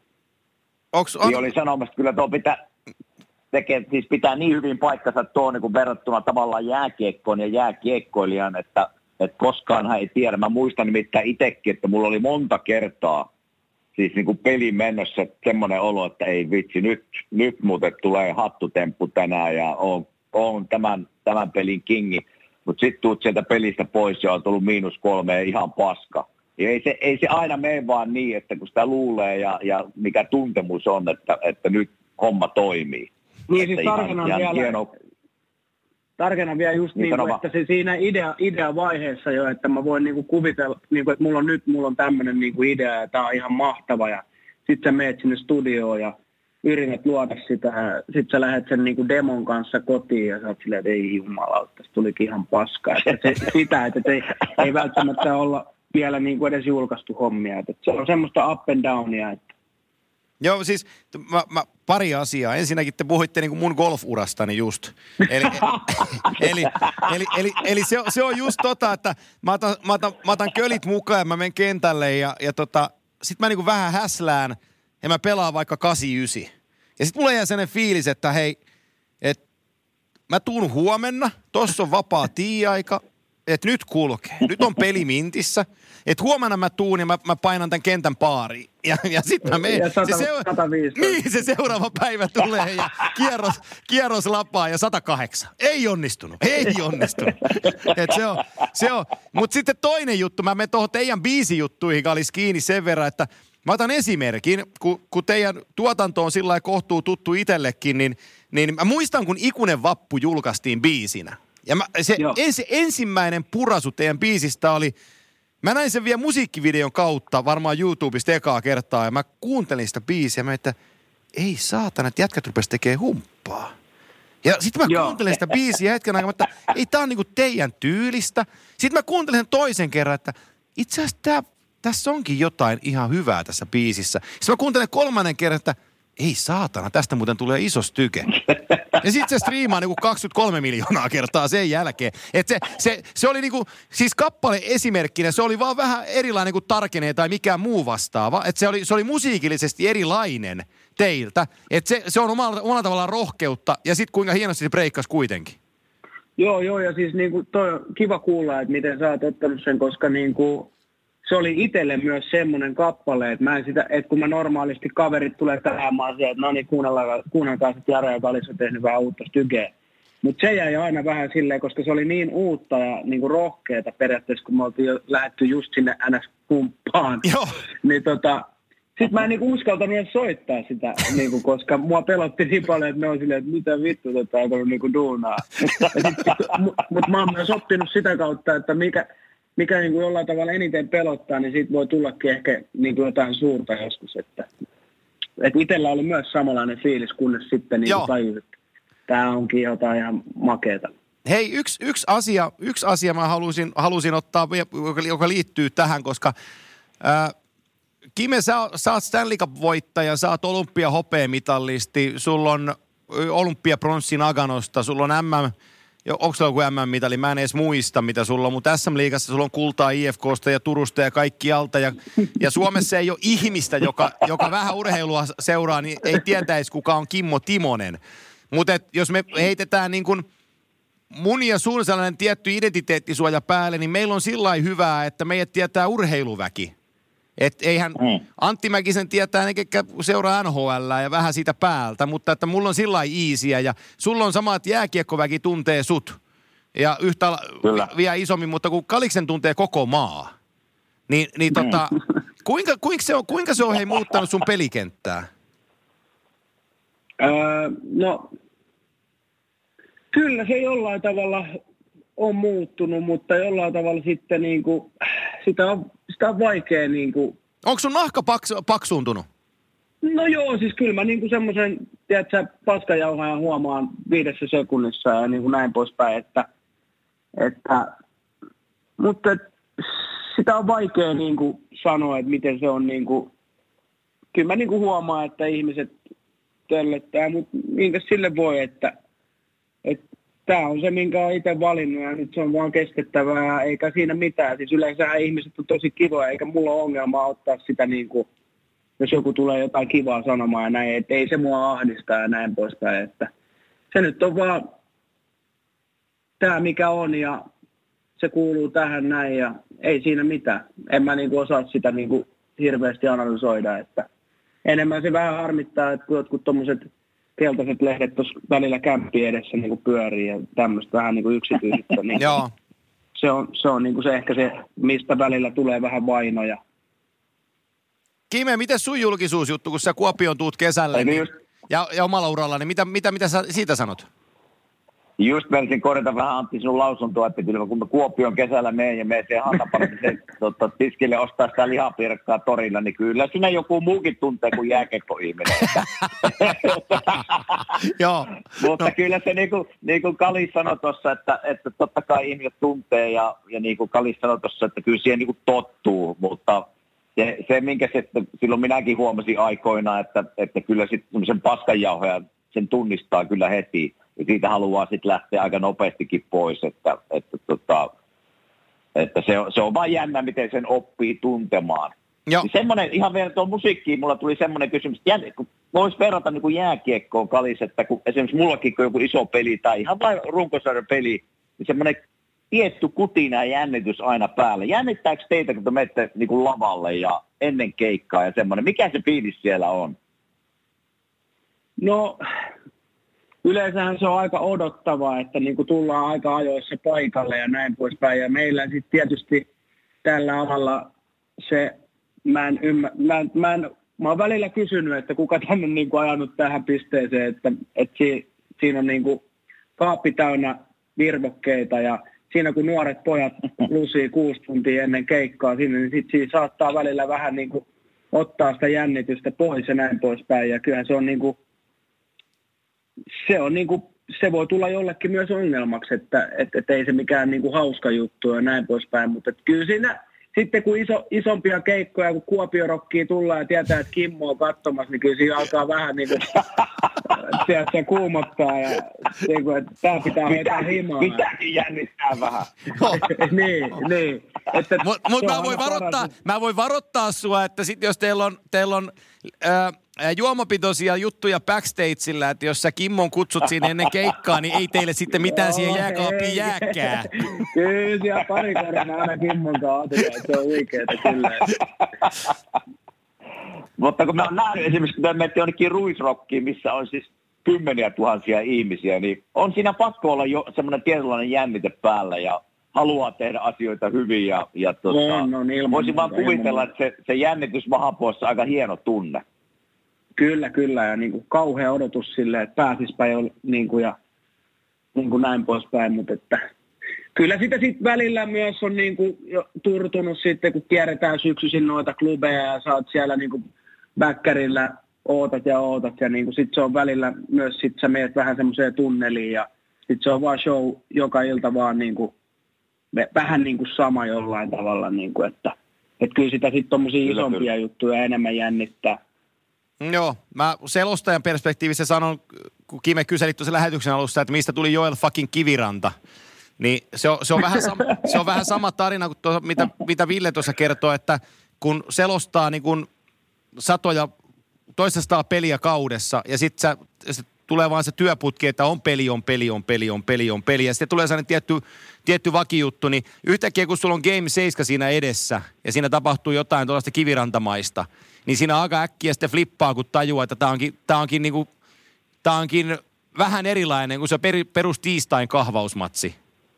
onks, on... niin oli sanomassa, että kyllä tuo pitää, tekee, siis pitää niin hyvin paikkansa tuo niin kuin verrattuna tavallaan jääkiekkoon ja jääkiekkoilijan, että, että koskaanhan ei tiedä. Mä muistan nimittäin itsekin, että mulla oli monta kertaa siis niin kuin pelin mennessä semmoinen olo, että ei vitsi, nyt, nyt muuten tulee hattutemppu tänään ja on, on tämän, tämän pelin kingi. Mutta sitten tuut sieltä pelistä pois ja on tullut miinus kolme ja ihan paska. Ja ei se, ei se aina mene vaan niin, että kun sitä luulee ja, ja mikä tuntemus on, että, että nyt homma toimii. Niin siis tarkennan vielä, hieno... tarkennan vielä just niin, niin että se siinä idea, idea vaiheessa jo, että mä voin niinku kuvitella, niinku, että mulla on nyt mulla on tämmöinen niinku idea ja tää on ihan mahtava ja sit sä meet sinne studioon ja yrität luoda sitä, sit sä lähdet sen niinku demon kanssa kotiin ja sä oot silleen, että ei jumalauta, tästä tulikin ihan paskaa. Että se, sitä, että ei, ei välttämättä olla vielä niinku edes julkaistu hommia. Että se on semmoista up and downia. Että. Joo, siis mä, mä, pari asiaa. Ensinnäkin te puhuitte niinku mun golf-urastani just. Eli, eli, eli, eli, eli se, se on just tota, että mä otan, mä otan, mä otan kölit mukaan ja mä menen kentälle ja, ja tota, sit mä niinku vähän häslään ja mä pelaan vaikka kahdeksankymmentäyhdeksän. Ja sit mulla jää sellainen fiilis, että hei, että mä tuun huomenna, tossa on vapaa tii-aika, että nyt kulkee. Nyt on peli mintissä. Että huomenna mä tuun ja mä, mä painan tämän kentän paariin. Ja, ja sit mä menen. Se, seura- niin, se seuraava päivä tulee ja kierros, kierros lapaa ja sata kahdeksan. Ei onnistunut. Ei onnistunut. Et se on, se on. Mut sitten toinen juttu, mä menen tuohon teidän biisijuttuihin, olisi kiinni sen verran, että Mä otan esimerkin, kun, kun teidän tuotanto on sillä lailla kohtuu tuttu itsellekin, niin, niin mä muistan, kun Ikuinen vappu julkaistiin biisinä. Ja mä, se ens, ensimmäinen purasu teidän biisistä oli, mä näin sen vielä musiikkivideon kautta, varmaan YouTubesta ekaa kertaa, ja mä kuuntelin sitä biisiä, ja mä että ei saatana, että jätkät rupesi tekemään humppaa. Ja sitten mä Joo. kuuntelin sitä biisiä hetken aikaa, että ei tää on niinku teidän tyylistä. Sitten mä kuuntelin sen toisen kerran, että itse asiassa tää, tässä onkin jotain ihan hyvää tässä biisissä. Sitten mä kuuntelen kolmannen kerran, että ei saatana, tästä muuten tulee iso styke. Ja sitten se striimaa niinku kaksikymmentäkolme miljoonaa kertaa sen jälkeen. Et se, se, se oli niinku, siis kappale esimerkkinä, se oli vaan vähän erilainen kuin Tarkenee tai mikään muu vastaava. Että se oli, se oli musiikillisesti erilainen teiltä. Että se, se on omalla, omalla tavallaan rohkeutta ja sitten kuinka hienosti se breikkasi kuitenkin. Joo, joo, ja siis niinku toi on kiva kuulla, että miten sä oot ottanut sen, koska niinku se oli itselle myös semmoinen kappale, että mä en sitä, että kun mä normaalisti kaverit tulee tähän asiaan, että no niin, kuunnelkaa, kuunnelkaa sitten Jare ja Kalis on tehnyt vähän uutta stygeä. Mutta se jäi aina vähän silleen, koska se oli niin uutta ja niinku rohkeata periaatteessa, kun me oltiin jo lähdetty just sinne N S-kumppaan. Joo. Niin tota, sit mä en niinku uskaltanut edes soittaa sitä, niinku, koska mua pelotti niin paljon, että me on silleen, että mitä vittu tätä ei ollut niinku duunaa. Mutta mä oon myös oppinut sitä kautta, että mikä... mikä niin kuin jollain tavalla eniten pelottaa, niin siitä voi tullakin ehkä niin kuin jotain suurta joskus. Että, että itsellä oli myös samanlainen fiilis, kunnes sitten niin tajus, että tämä onkin jotain ihan makeata. Hei, yksi, yksi, asia, yksi asia mä halusin, halusin ottaa, joka, joka liittyy tähän, koska ää, Kime, sä, sä oot Stanley Cup-voittaja, sä oot olympiahopeamitalisti, sulla on olympiapronssi Naganosta, sulla on M M... Onko se joku M M-mitali? Mä en edes muista, mitä sulla on, mutta S M-liigassa sulla on kultaa I F K:sta ja Turusta ja kaikkialta. Ja, ja Suomessa ei ole ihmistä, joka, joka vähän urheilua seuraa, niin ei tietäisi, kuka on Kimmo Timonen. Mutta jos me heitetään niin kuin mun ja sun sellainen tietty identiteettisuoja päälle, niin meillä on sillä lailla hyvää, että meidät tietää urheiluväki. Että eihän mm. Antti Mäkisen tietää ne, ketkä seuraa N H L ja vähän siitä päältä, mutta että mulla on sillä lailla easyä ja sulla on sama, että jääkiekkoväki tuntee sut ja yhtä Kyllä. vielä isommin, mutta kun Kaliksen tuntee koko maa, niin, niin tota, mm. kuinka, kuinka, se on, kuinka se on hei muuttanut sun pelikenttää? Öö, no, kyllä se jollain tavalla on muuttunut, mutta jollain tavalla sitten niin kuin, sitä on, sitä on vaikea niin kuin... Onko sun nahka paks, paksuuntunut? No joo, siis kyllä mä niin kuin semmoisen, tiedätkö, paskajauhajan huomaan viidessä sekunnissa ja niin kuin näin poispäin, että, että mutta sitä on vaikea niin kuin sanoa, että miten se on niin kuin, kyllä mä niin kuin huomaan, että ihmiset töllöttää, mutta minkä sille voi, että, että tämä on se, minkä olen itse valinnut ja nyt se on vaan kestettävää, eikä siinä mitään. Siis yleensä ihmiset on tosi kivoja, eikä mulla ole ongelmaa ottaa sitä, niin kuin, jos joku tulee jotain kivaa sanomaan ja näin, että ei se mua ahdista ja näin poispäin. Että se nyt on vaan tämä, mikä on ja se kuuluu tähän näin ja ei siinä mitään. En mä niin kuin osaa sitä niin kuin hirveästi analysoida. Että enemmän se vähän harmittaa, että kun jotkut tommoset keltaiset lehdet tuossa välillä kämppi edessä niin kuin pyörii ja tämmöistä vähän niin kuin yksityisyyttä. Niin Joo. Se on, se, on niin kuin se ehkä se, mistä välillä tulee vähän vainoja. Kime, miten sun julkisuusjuttu, kun sä Kuopioon tuut kesällä niin, just, ja, ja omalla uralla, niin mitä, mitä, mitä sä siitä sanot? Just menisin korjata vähän Antti sinun lausuntoa, että kyllä kun mä Kuopion kesällä menen ja menen siihen Hantapartisen tota, tiskille ostaa sitä lihapirkkaa torilla, niin kyllä siinä joku muukin tuntee kuin jääkiekko-ihminen. Joo. Mutta no. kyllä se niin kuin, niin kuin Kalis sanoi tuossa, että, että totta kai ihmiset tuntee ja, ja niin kuin Kalis sanoi tuossa, että kyllä siihen niin kuin tottuu, mutta se, se minkä se, silloin minäkin huomasin aikoina, että, että kyllä sitten sen paskanjauhoja sen tunnistaa kyllä heti. Ja siitä haluaa sitten lähteä aika nopeastikin pois, että, että, tota, että se, on, se on vaan jännä, miten sen oppii tuntemaan. Niin semmoinen, ihan vielä tuon musiikkiin, mulla tuli semmoinen kysymys, että kun voisi verrata niin kuin jääkiekkoon Kalis, että kun esimerkiksi mullakin kun joku iso peli tai ihan vain runkosarjan peli, niin semmoinen tietty kutina ja jännitys aina päällä. Jännittääkö teitä, kun te menette niin kuin lavalle ja ennen keikkaa ja semmoinen, mikä se fiilis siellä on? No... Yleensähän se on aika odottavaa, että niin kuin tullaan aika ajoissa paikalle ja näin poispäin. Ja meillä sitten tietysti tällä alalla se mä en ymmär, mä, en, mä, en, mä oon välillä kysynyt, että kuka tänne on niin kuin ajanut tähän pisteeseen, että, että si, siinä on niin kuin kaappi täynnä virvokkeita ja siinä kun nuoret pojat lusii kuusi tuntia ennen keikkaa sinne, niin sitten siinä saattaa välillä vähän niin kuin ottaa sitä jännitystä pois ja näin poispäin. Ja kyllähän se on niin kuin, se on niin kuin, se voi tulla jollekin myös ongelmaksi, että et, et ei se mikään niin kuin hauska juttu ja näin poispäin, mutta kyllä siinä sitten kun iso, isompia keikkoja, kun Kuopio-rokkiin tullaan ja tietää, että Kimmo on katsomassa, niin kyllä siinä alkaa vähän niin kuin sieltä kuumottaa ja niin kuin, että tämä pitää hoitaa himaa. Pitääkin jännittää vähän. niin, niin. Mutta mut mä, voin varoittaa, mä voin varoittaa sua, että sit jos teillä on, teillä on äh, juomapitoisia juttuja backstageillä, että jos sä Kimmon kutsut sinne ennen keikkaa, niin ei teille sitten mitään siihen jääkaappiin jääkään. Kyllä siellä pari kerran aina Kimmon kanssa otetaan, se on oikeeta kyllä. Mutta kun mä oon nähnyt esimerkiksi, kun menette jonnekin Ruisrockiin, missä on siis kymmeniä tuhansia ihmisiä, niin on siinä pakko olla jo semmoinen tietynlainen jännite päällä ja haluaa tehdä asioita hyvin. Ja, ja tota, on, on ilman, voisin vaan kuvitella, että se, se jännitys mahapuolessa on aika hieno tunne. Kyllä, kyllä. Ja niin kuin kauhea odotus silleen, että pääsisipä jo niin kuin, ja niin kuin näin poispäin. Mutta että, kyllä sitä sitten välillä myös on niin kuin jo turtunut sitten, kun kierretään syksyisin noita klubeja ja sä oot siellä niin kuin bäkkärillä ootat ja ootat. Ja niin kuin sit se on välillä myös, sit sä meet vähän semmoiseen tunneliin ja sit se on vaan show joka ilta vaan niin kuin, vähän niin kuin sama jollain tavalla. Niin kuin, että, että kyllä sitä sitten tommosia kyllä, isompia kyllä. juttuja enemmän jännittää. Joo, mä selostajan perspektiivissä sanon, kun Kime kyselit tuossa lähetyksen alussa, että mistä tuli Joel fucking Kiviranta, niin se on, se on, vähän, sama, se on vähän sama tarina kuin tuossa, mitä, mitä Ville tuossa kertoo, että kun selostaa niin kun satoja, toisestaan peliä kaudessa ja sitten tulee vaan se työputki, että on peli, on peli, on peli, on peli, on peli ja sitten tulee sellainen tietty, tietty vakijuttu, niin yhtäkkiä kun sulla on game seitsemän siinä edessä ja siinä tapahtuu jotain tuollaista kivirantamaista, niin siinä aika äkkiä sitten flippaa, kun tajuaa, että tämä onkin, tää onkin, niinku, tää onkin vähän erilainen kuin se perus tiistain kahvausmatsi.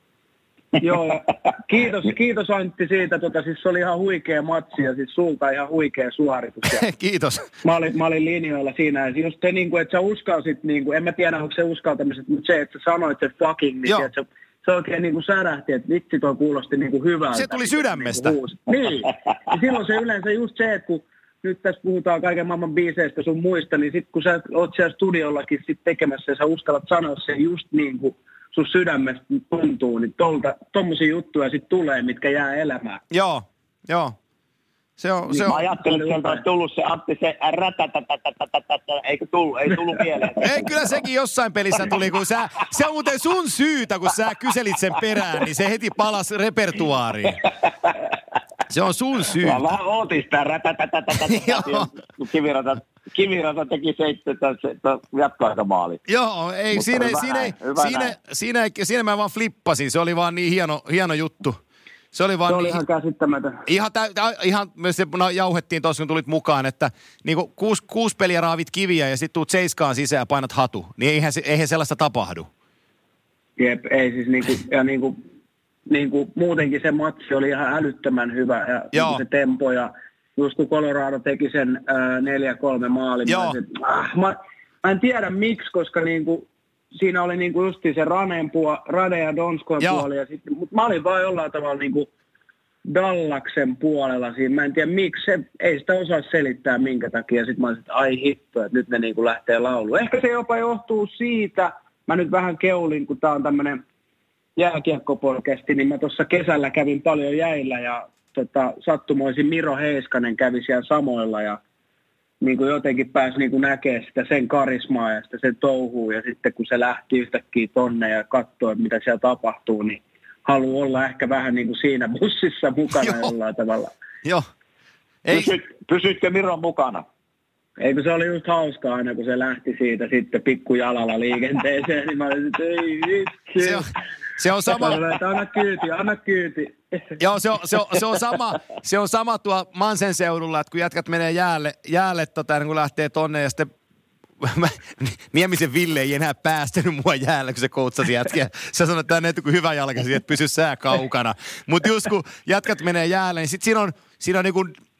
Joo, kiitos, kiitos Antti siitä. Tota, siis se oli ihan huikea matsi ja siis sulta ihan huikea suoritus. Kiitos. Mä olin, mä olin linjoilla siinä. Ja just se, niin kuin, että sä uskalsit, niin kuin, en mä tiedä, onko se uskaltamiset, mutta se, että sä sanoit se fucking, niin se, se, se oikein niin kuin särähti, että vitsi toi kuulosti niin kuin hyvältä. Se tuli sydämestä. Niin, niin. Ja silloin se yleensä just se, että kun nyt tässä puhutaan kaiken maailman biiseistä sun muista, niin sitten kun sä oot siellä studiollakin sit tekemässä ja sä uskallat sanoa sen just niin kuin sun sydämestä tuntuu, niin tolta, tommosia juttuja sitten tulee, mitkä jää elämään. Joo, joo. Se on, se on. Mä ajattelin, että sieltä olisi tullut se Antti, se rätätätätätätätä, eikö tullut, ei tullut mieleen. Ei, kyllä sekin jossain pelissä tuli, kun sä, se on muuten sun syytä, kun sä kyselit sen perään, niin se heti palasi repertuaariin. Se on sun syytä. Mä vähän ootin sitä rätätätätätätä, kun Kiviranta, Kiviranta teki seitsemän jatkoaikamaali. Joo, ei, siinä, siinä, siinä, siinä, siinä mä vaan flippasin, se oli vaan niin hieno, hieno juttu. Se oli, vaan se oli niin, ihan käsittämätön. Ihan, tä, ihan myös se no, jauhettiin tuossa, kun tulit mukaan, että niin kuin kuusi, kuusi peliä raavit kiviä ja sitten tuut seiskaan sisään ja painat hatu. Niin eihän, eihän sellaista tapahdu. Jep, ei siis niinku, ja niinku, niinku muutenkin se matsi oli ihan älyttömän hyvä ja niinku se tempo ja just kun Colorado teki sen ää, neljä kolme maalin. Mä, ah, mä, mä en tiedä miksi, koska niinku siinä oli niinku justiin se Ranen puoli, Rade ja Donskoin puoli, ja sitten, mutta mä olin vaan jollain tavalla niinku Dallaksen puolella siinä. Mä en tiedä miksi, se, ei sitä osaa selittää minkä takia. Sitten mä olin, että ai hitto, että nyt ne niinku lähtee lauluun. Ehkä se jopa johtuu siitä, mä nyt vähän keulin, kun tää on tämmönen jääkiekkopodcasti, niin mä tuossa kesällä kävin paljon jäillä, ja tota, sattumoisin Miro Heiskanen kävi siellä samoilla, ja niin kuin jotenkin pääsi niin kuin näkemään sitä sen karismaa ja sitä sen touhua. Ja sitten kun se lähti yhtäkkiä tonne ja katsoi, mitä siellä tapahtuu, niin haluaa olla ehkä vähän niin kuin siinä bussissa mukana jollain tavalla. Joo. Ei. Pysyt, pysytkö Miron mukana? Eikö se oli just hauskaa aina, kun se lähti siitä sitten pikkujalalla liikenteeseen, niin mä olin, että ei vitsi. Se on, se on sama. Että anna kyyti, anna kyyti. Joo, se on, se, on, se, on sama, se on sama tuo Mansen seudulla, että kun jätkät menee jäälle, jäälle tota, niin kun lähtee tonne ja sitten Niemisen Ville ei enää päästänyt mua jäällä, kun se koutsasi jätkiä. Sä sanoit, että tämä on hyvä jalkasi, että pysy sää kaukana. Mutta just kun jätkät menee jäälle, niin sitten siinä on, siinä on niin kuin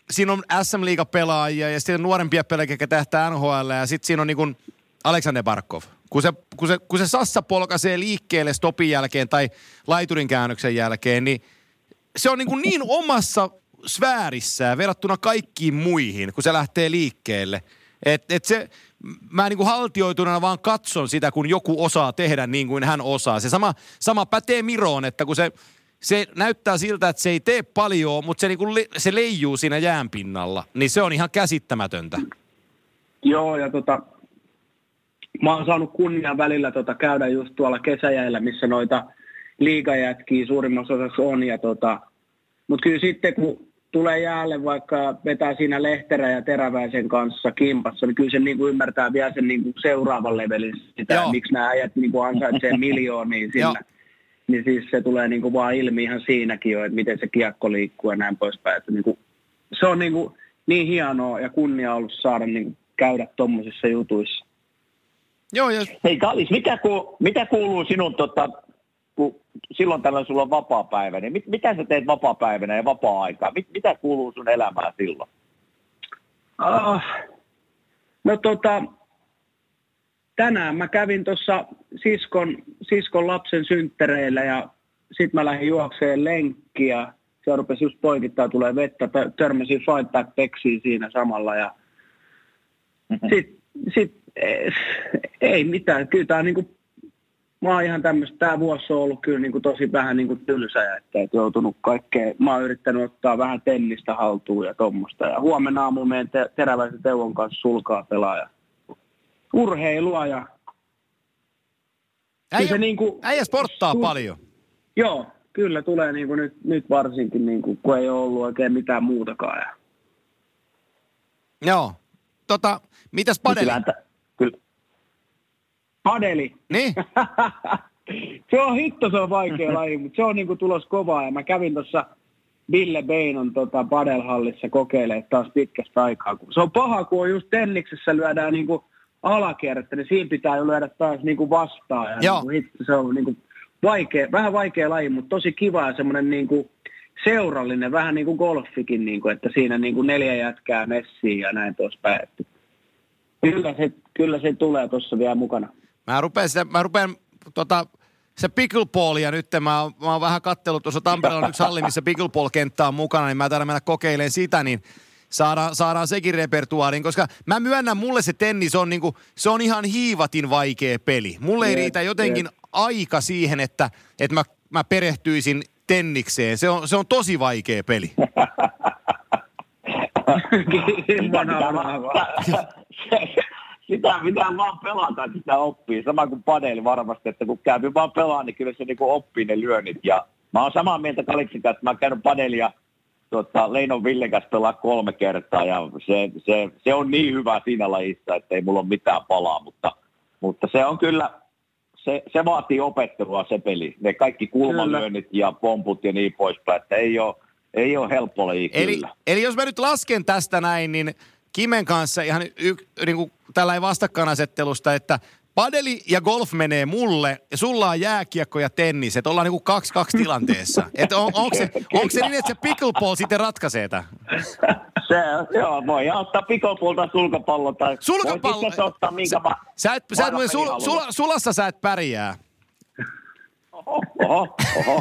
siinä on S M-liiga-pelaajia ja sitten nuorempia pelaajia, jotka tähtää N H L ja sitten siinä on niin kuin Aleksander Barkov. Kun se, kun, se, kun se Sassa polkaisee liikkeelle stopin jälkeen tai laiturin käännöksen jälkeen, niin se on niin, kuin niin omassa sfäärissään verrattuna kaikkiin muihin, kun se lähtee liikkeelle. Että et se, mä niin kuin haltioituneena vaan katson sitä, kun joku osaa tehdä niin kuin hän osaa. Se sama, sama pätee Miroon, että kun se, se näyttää siltä, että se ei tee paljon, mutta se, niin kuin le, se leijuu siinä jään pinnalla, niin se on ihan käsittämätöntä. Joo, ja tota, mä oon saanut kunnian välillä tota, käydä just tuolla kesäjäillä, missä noita liigajätkiä suurimmassa osassa on. Ja tota, mutta kyllä sitten, kun tulee jäälle vaikka vetää siinä Lehterä ja Teräväisen kanssa kimpassa, niin kyllä se niin kuin ymmärtää vielä sen niin kuin seuraavan levelin sitä, Joo. miksi nämä äijät niin kuin ansaitsee miljoonia sillä. Niin siis se tulee niin kuin vaan ilmi ihan siinäkin jo, että miten se kiekko liikkuu ja näin poispäin. Että niin kuin, se on niin, kuin niin hienoa ja kunnia ollut saada niin kuin käydä tuommoisissa jutuissa. Joo, jos... Hei Kallis, mitä, ku, mitä kuuluu sinun, tota, kun silloin tällöin sulla on vapaa-päivä, niin mit, mitä sä teet vapaa-päivänä ja vapaa-aikaa? Mit, mitä kuuluu sun elämään silloin? Uh, no tota, tänään mä kävin tuossa siskon, siskon lapsen synttäreillä ja sit mä lähdin juokseen lenkkiä. Se rupesi just poikittaa, tulee vettä, törmäsin Fight Back Peksiin siinä samalla ja mm-hmm. sit, sit ei mitään, kyllä tää niinku, mä oon ihan tämmöistä, tää vuosi on ollut kyllä niinku tosi vähän niinku tylsä, että et joutunut kaikkea, mä oon yrittänyt ottaa vähän tennistä haltuun ja tommoista, ja huomenna aamulla meidän te- Teräväisen Teuvon kanssa sulkaa pelaaja. Urheilua ja... Äijä, se niinku, äijä sporttaa su- paljon. Joo, kyllä tulee niinku nyt, nyt varsinkin, niinku, kun ei ole ollut oikein mitään muutakaan. Ja... Joo, tota, mitäs padeli? Kyllä. Padeli? Niin? Se on hitto, se on vaikea laji, mutta se on niinku tulos kovaa. Ja mä kävin tuossa Ville Beinon tota, padelhallissa kokeilemaan taas pitkästä aikaa. Se on paha, kun on just tenniksessä lyödään niinku alakerta, niin siinä pitää jo lyödä taas niinku vastaan. Ja niinku hitto, se on niinku vaikea, vähän vaikea laji, mutta tosi kiva ja semmoinen niinku seurallinen, vähän niin kuin golfikin, niinku, että siinä niinku neljä jätkää messiin ja näin tuossa päätty. Kyllä se, kyllä se tulee tuossa vielä mukana. Mä rupean, sitä, mä rupean tota, se pickleballia nyt, mä oon, mä oon vähän kattellut tuossa Tampereella yksi halli, missä pickleball-kenttä on mukana, niin mä taidan mennä kokeilemaan sitä, niin saadaan, saadaan sekin repertuaariin, koska mä myönnän, mulle se tennis on niinku, se on ihan hiivatin vaikea peli. Mulle ei riitä jotenkin aika siihen, että, että mä, mä perehtyisin tennikseen. Se on, se on tosi vaikea peli. Sitä pitää vaan pelata, että sitä oppii. Sama kuin padeli varmasti, että kun käy vaan pelaa, niin kyllä se niinku oppii ne lyönnit. Ja mä oon samaa mieltä Kaliksin kanssa, mä oon käynyt padelia tota, Leinon Villen kanssa pelaa kolme kertaa. Ja se, se, se on niin hyvä siinä lajissa, että ei mulla ole mitään palaa. Mutta, mutta se on kyllä, se, se vaatii opettelua se peli. Ne kaikki kulmalyönnit ja pomput ja niin poispäin, että ei ole, ei ole helppo laji eli, kyllä. Eli jos mä nyt lasken tästä näin, niin Kimen kanssa ihan y, niin kuin tällainen vastakkainasettelusta, että padeli ja golf menee mulle ja sulla on jääkiekko ja tennis, että ollaan niin kuin kaksi kaksi tilanteessa. Että on, onko, se, onko se niin, että se pickleball sitten ratkaisee tämän? Se, joo, voi ottaa pickleball tai sulkapallo tai... Sulkapallo? Voit itse ottaa minkä mä... Sä et, sä et sul, sul, sulassa sä et pärjää. Oho, oho, oho.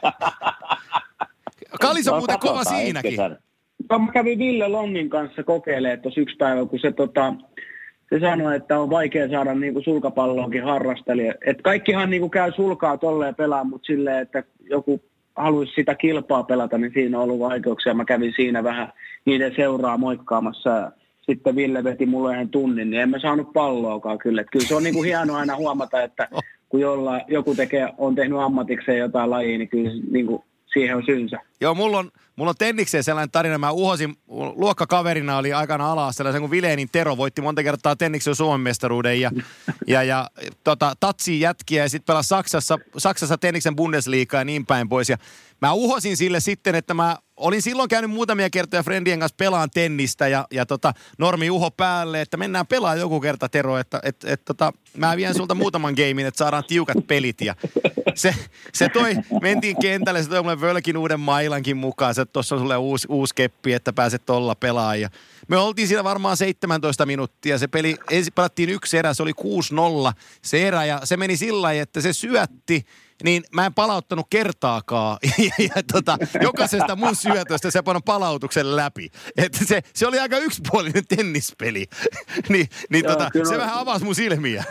Kallis on muuten kova siinäkin. Mä kävin Ville Longin kanssa kokeilemaan tuossa yksi päivä, kun se, tota, se sanoi, että on vaikea saada niinku sulkapalloonkin harrastelija. Että kaikkihan niinku käy sulkaa tolleen pelaa, mutta silleen, että joku haluaisi sitä kilpaa pelata, niin siinä on ollut vaikeuksia. Mä kävin siinä vähän niiden seuraa moikkaamassa ja sitten Ville veti mulle ihan tunnin, niin en mä saanut palloakaan kyllä. Että kyllä se on niinku hienoa aina huomata, että kun jolla, joku tekee, on tehnyt ammatikseen jotain lajia, niin kyllä niinku siihen on syynsä. Joo, mulla on, mulla on tennikseen sellainen tarina. Mä uhosin, luokkakaverina oli aikana ala-asteella, sen kun Vileenin Tero voitti monta kertaa tenniksen Suomen mestaruuden ja, ja, ja tota, tatsiin jätkiä ja sitten pelasi Saksassa, Saksassa tenniksen Bundesliigaa ja niin päin pois. Ja mä uhosin sille sitten, että mä olin silloin käynyt muutamia kertoja friendien kanssa pelaan tennistä ja, ja tota, Normi uho päälle, että mennään pelaa joku kerta, Tero, että et, et, tota, mä vien sulta muutaman gamein, että saadaan tiukat pelit. Ja se, se toi, mentiin kentälle, se toi mulle Völkin uuden mailankin mukaan, se tuossa on sulle uusi, uusi keppi, että pääset tolla pelaamaan. Ja me oltiin siinä varmaan seitsemäntoista minuuttia, se peli, ensin pelattiin yksi erä, se oli kuusi nolla se erä ja se meni sillä lailla, että se syötti, niin mä en palauttanut kertaakaan. ja, ja tota, jokaisesta mun syötöstä se panon palautuksen läpi. Että se, se oli aika yksipuolinen tennispeli. niin niin Joo, tota, se on... vähän avasi mun silmiä.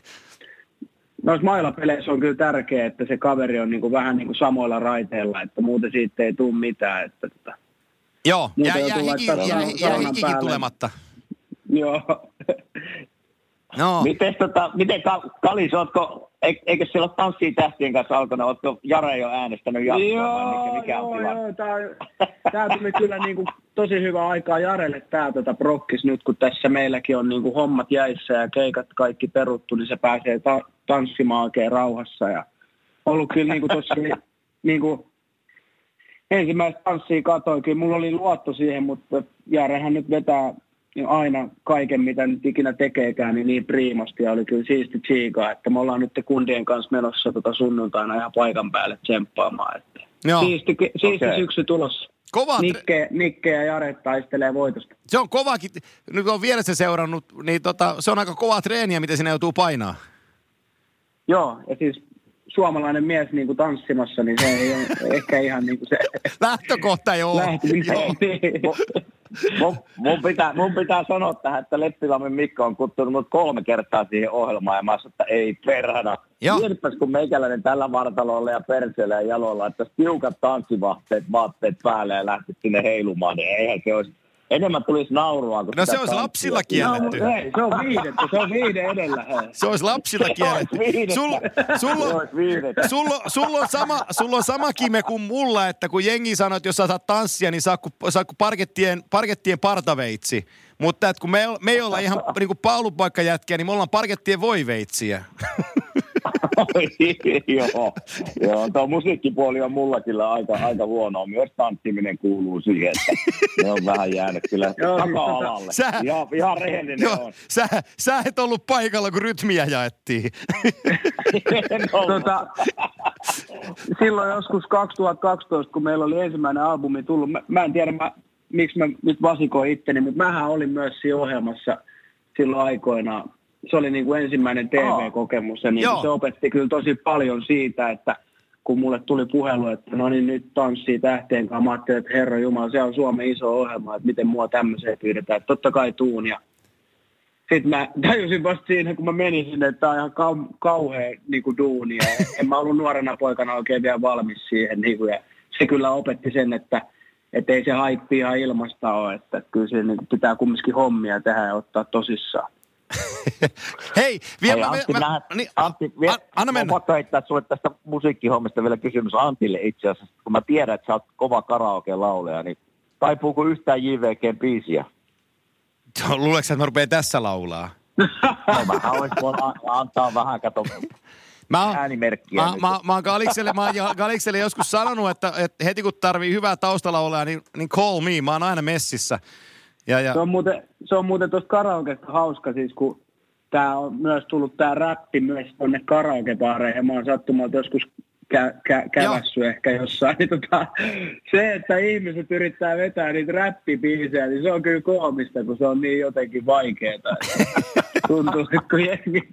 Noissa mailapeleissä on kyllä tärkeää, että se kaveri on niinku vähän niinku samoilla raiteilla, että muuten siitä ei tule mitään. Että, että... Joo, jää jää hiki, jää, jää hikikin tulematta. Joo. No. Miten, tota, miten Kalis, ootko, eikö siellä ole Tanssii tähtien kanssa alkanut, ootko Jare jo äänestänyt jatkoa? Joo, mikä joo, joo, tämä tuli kyllä niinku tosi hyvä aikaa Jarelle tämä tota prokkis nyt, kun tässä meilläkin on niinku hommat jäissä ja keikat kaikki peruttu, niin se pääsee ta- tanssimaan oikein rauhassa ja ollut kyllä niinku tossa niinku ensimmäistä tanssia katoin, kyllä mulla oli luotto siihen, mutta Jarehän nyt vetää aina kaiken, mitä nyt ikinä tekeekään, niin niin priimasti ja oli kyllä siisti tsiikaa, että me ollaan nyt kundien kanssa menossa tota sunnuntaina ihan paikan päälle tsemppaamaan. Että siisti siisti okay. Syksy tulossa. Kova Nikke, Nikke ja Jare taistelee voitosta. Se on kovakin, nyt kun on vieressä seurannut, niin tota, se on aika kovaa treeniä, mitä sinne joutuu painaa. Joo, ja siis suomalainen mies niin kuin tanssimassa, niin se ei ole ehkä ihan niin kuin se... Lähtökohta joo. Lähtökohta. Mun, mun, pitää, mun pitää sanoa tähän, että Leppilammin Mikko on kutsunut mut kolme kertaa siihen ohjelmaan ja mä sanoin, että ei perhana. Tiedäpäs, kun meikäläinen tällä vartalolla ja perseellä ja jaloilla, että tiukat tanssivaatteet vaatteet päälle ja lähti sinne heilumaan, niin eihän se olisi... Enemmän tulisi naurua. No se olisi lapsilla kielletty. No, hei, se on viidettä, se on viide edellä. Hei. Se olisi lapsilla kielletty. Sulla sul, sul, sul on sama, sul on sama kime kuin mulla, että kun jengi sanoo, että jos sä saat tanssia, niin saa kuin parkettien, parkettien partaveitsi. Mutta että kun me, me ei olla ihan niin kuin paalupaikkajätkiä, niin me ollaan parkettien voiveitsiä. Joo, joo, tuo musiikkipuoli on mulla kyllä aika, aika huonoa. Myös tanssiminen kuuluu siihen, että ne on vähän jäänyt kyllä taka-alalle. Sä, ihan, ihan rehellinen joo, on. Sä, sä et ollut paikalla, kun rytmiä jaettiin. tota, silloin joskus kaksituhattakaksitoista, kun meillä oli ensimmäinen albumi tullut, mä, mä en tiedä, mä, miksi mä nyt vasikoin itteni, mutta mähän olin myös siinä ohjelmassa silloin aikoinaan. Se oli niin kuin ensimmäinen T V-kokemus ja niin se opetti kyllä tosi paljon siitä, että kun mulle tuli puhelu, että no niin nyt tanssii tähtien kanssa, mä ajattelin, että herra jumala, se on Suomen iso ohjelma, että miten mua tämmöiseen pyydetään, että totta kai tuun. Ja sitten mä tajusin vasta siinä, kun mä menin sinne, että tämä on ihan kau- kauhea niin kuin duuni ja en mä ollut nuorena poikana oikein vielä valmis siihen. Niin kuin, ja se kyllä opetti sen, että että ei se haippi ihan ilmasta ole, että kyllä se niin kuin pitää kumminkin hommia tehdä ja ottaa tosissaan. Hei, vielä Hei, Antti, mä, mä, niin, Antti, vielä, anna mennä. Mä pakko heittää sulle tästä musiikkihommista vielä kysymys Antille itse asiassa. Kun mä tiedän, että sä oot kova karaoke-lauleja, niin taipuuko yhtään J V G:n biisiä? Luuleeko sä, että mä rupean tässä laulaa? No vähän olisi voinut antaa vähän, kato, mä oon, äänimerkkiä. Mä, mä, mä oon Galikselle, mä oon Galikselle joskus sanonut, että, että heti kun tarvii hyvää taustalaulaa, niin, niin call me, mä oon aina messissä. Ja, ja. Se on muuten, se on muuten tuosta karaokesta hauska siis, kun tää on myös tullut tää räppi myös tonne karaokebaareihin ja mä oon sattumalta joskus kä- kä- kävässyt ehkä jossain. Niin tota, se, että ihmiset yrittää vetää niitä räppibiisejä, niin se on kyllä koomista, kun se on niin jotenkin vaikeeta. Tuntuu, että kun jengi...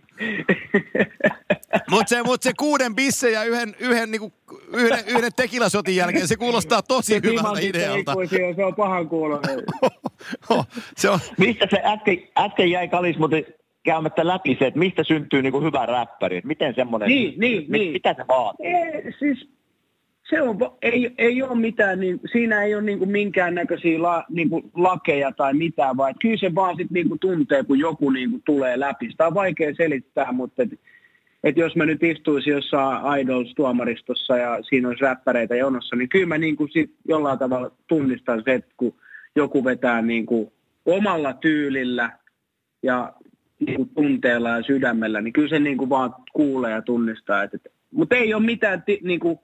Mutta se, mut se kuuden bisse ja yhden, yhden, niinku, yhden, yhden tekilasotin jälkeen, se kuulostaa tosi se hyvältä idealta. Se on pahan kuuloinen. se on. Mistä se äsken, äsken jäi Kalis muuten käymättä läpi se, että mistä syntyy niinku hyvä räppäri? Miten semmoinen, niin, niin, mit, niin. mitä se vaatii? Ei, siis se on, ei, ei ole mitään, niin, siinä ei ole niinku minkäännäköisiä la, niinku lakeja tai mitään, vaan kyllä se vaan sit niinku tuntee, kun joku niinku tulee läpi. Sitä on vaikea selittää, mutta et, et jos mä nyt istuisin jossain Idols-tuomaristossa ja siinä olisi räppäreitä jonossa, niin kyllä mä niinku sit jollain tavalla tunnistan se, että kun joku vetää niinku omalla tyylillä ja niinku tunteella ja sydämellä, niin kyllä se niinku vaan kuulee ja tunnistaa. Et, et, mutta ei ole mitään... T, niinku,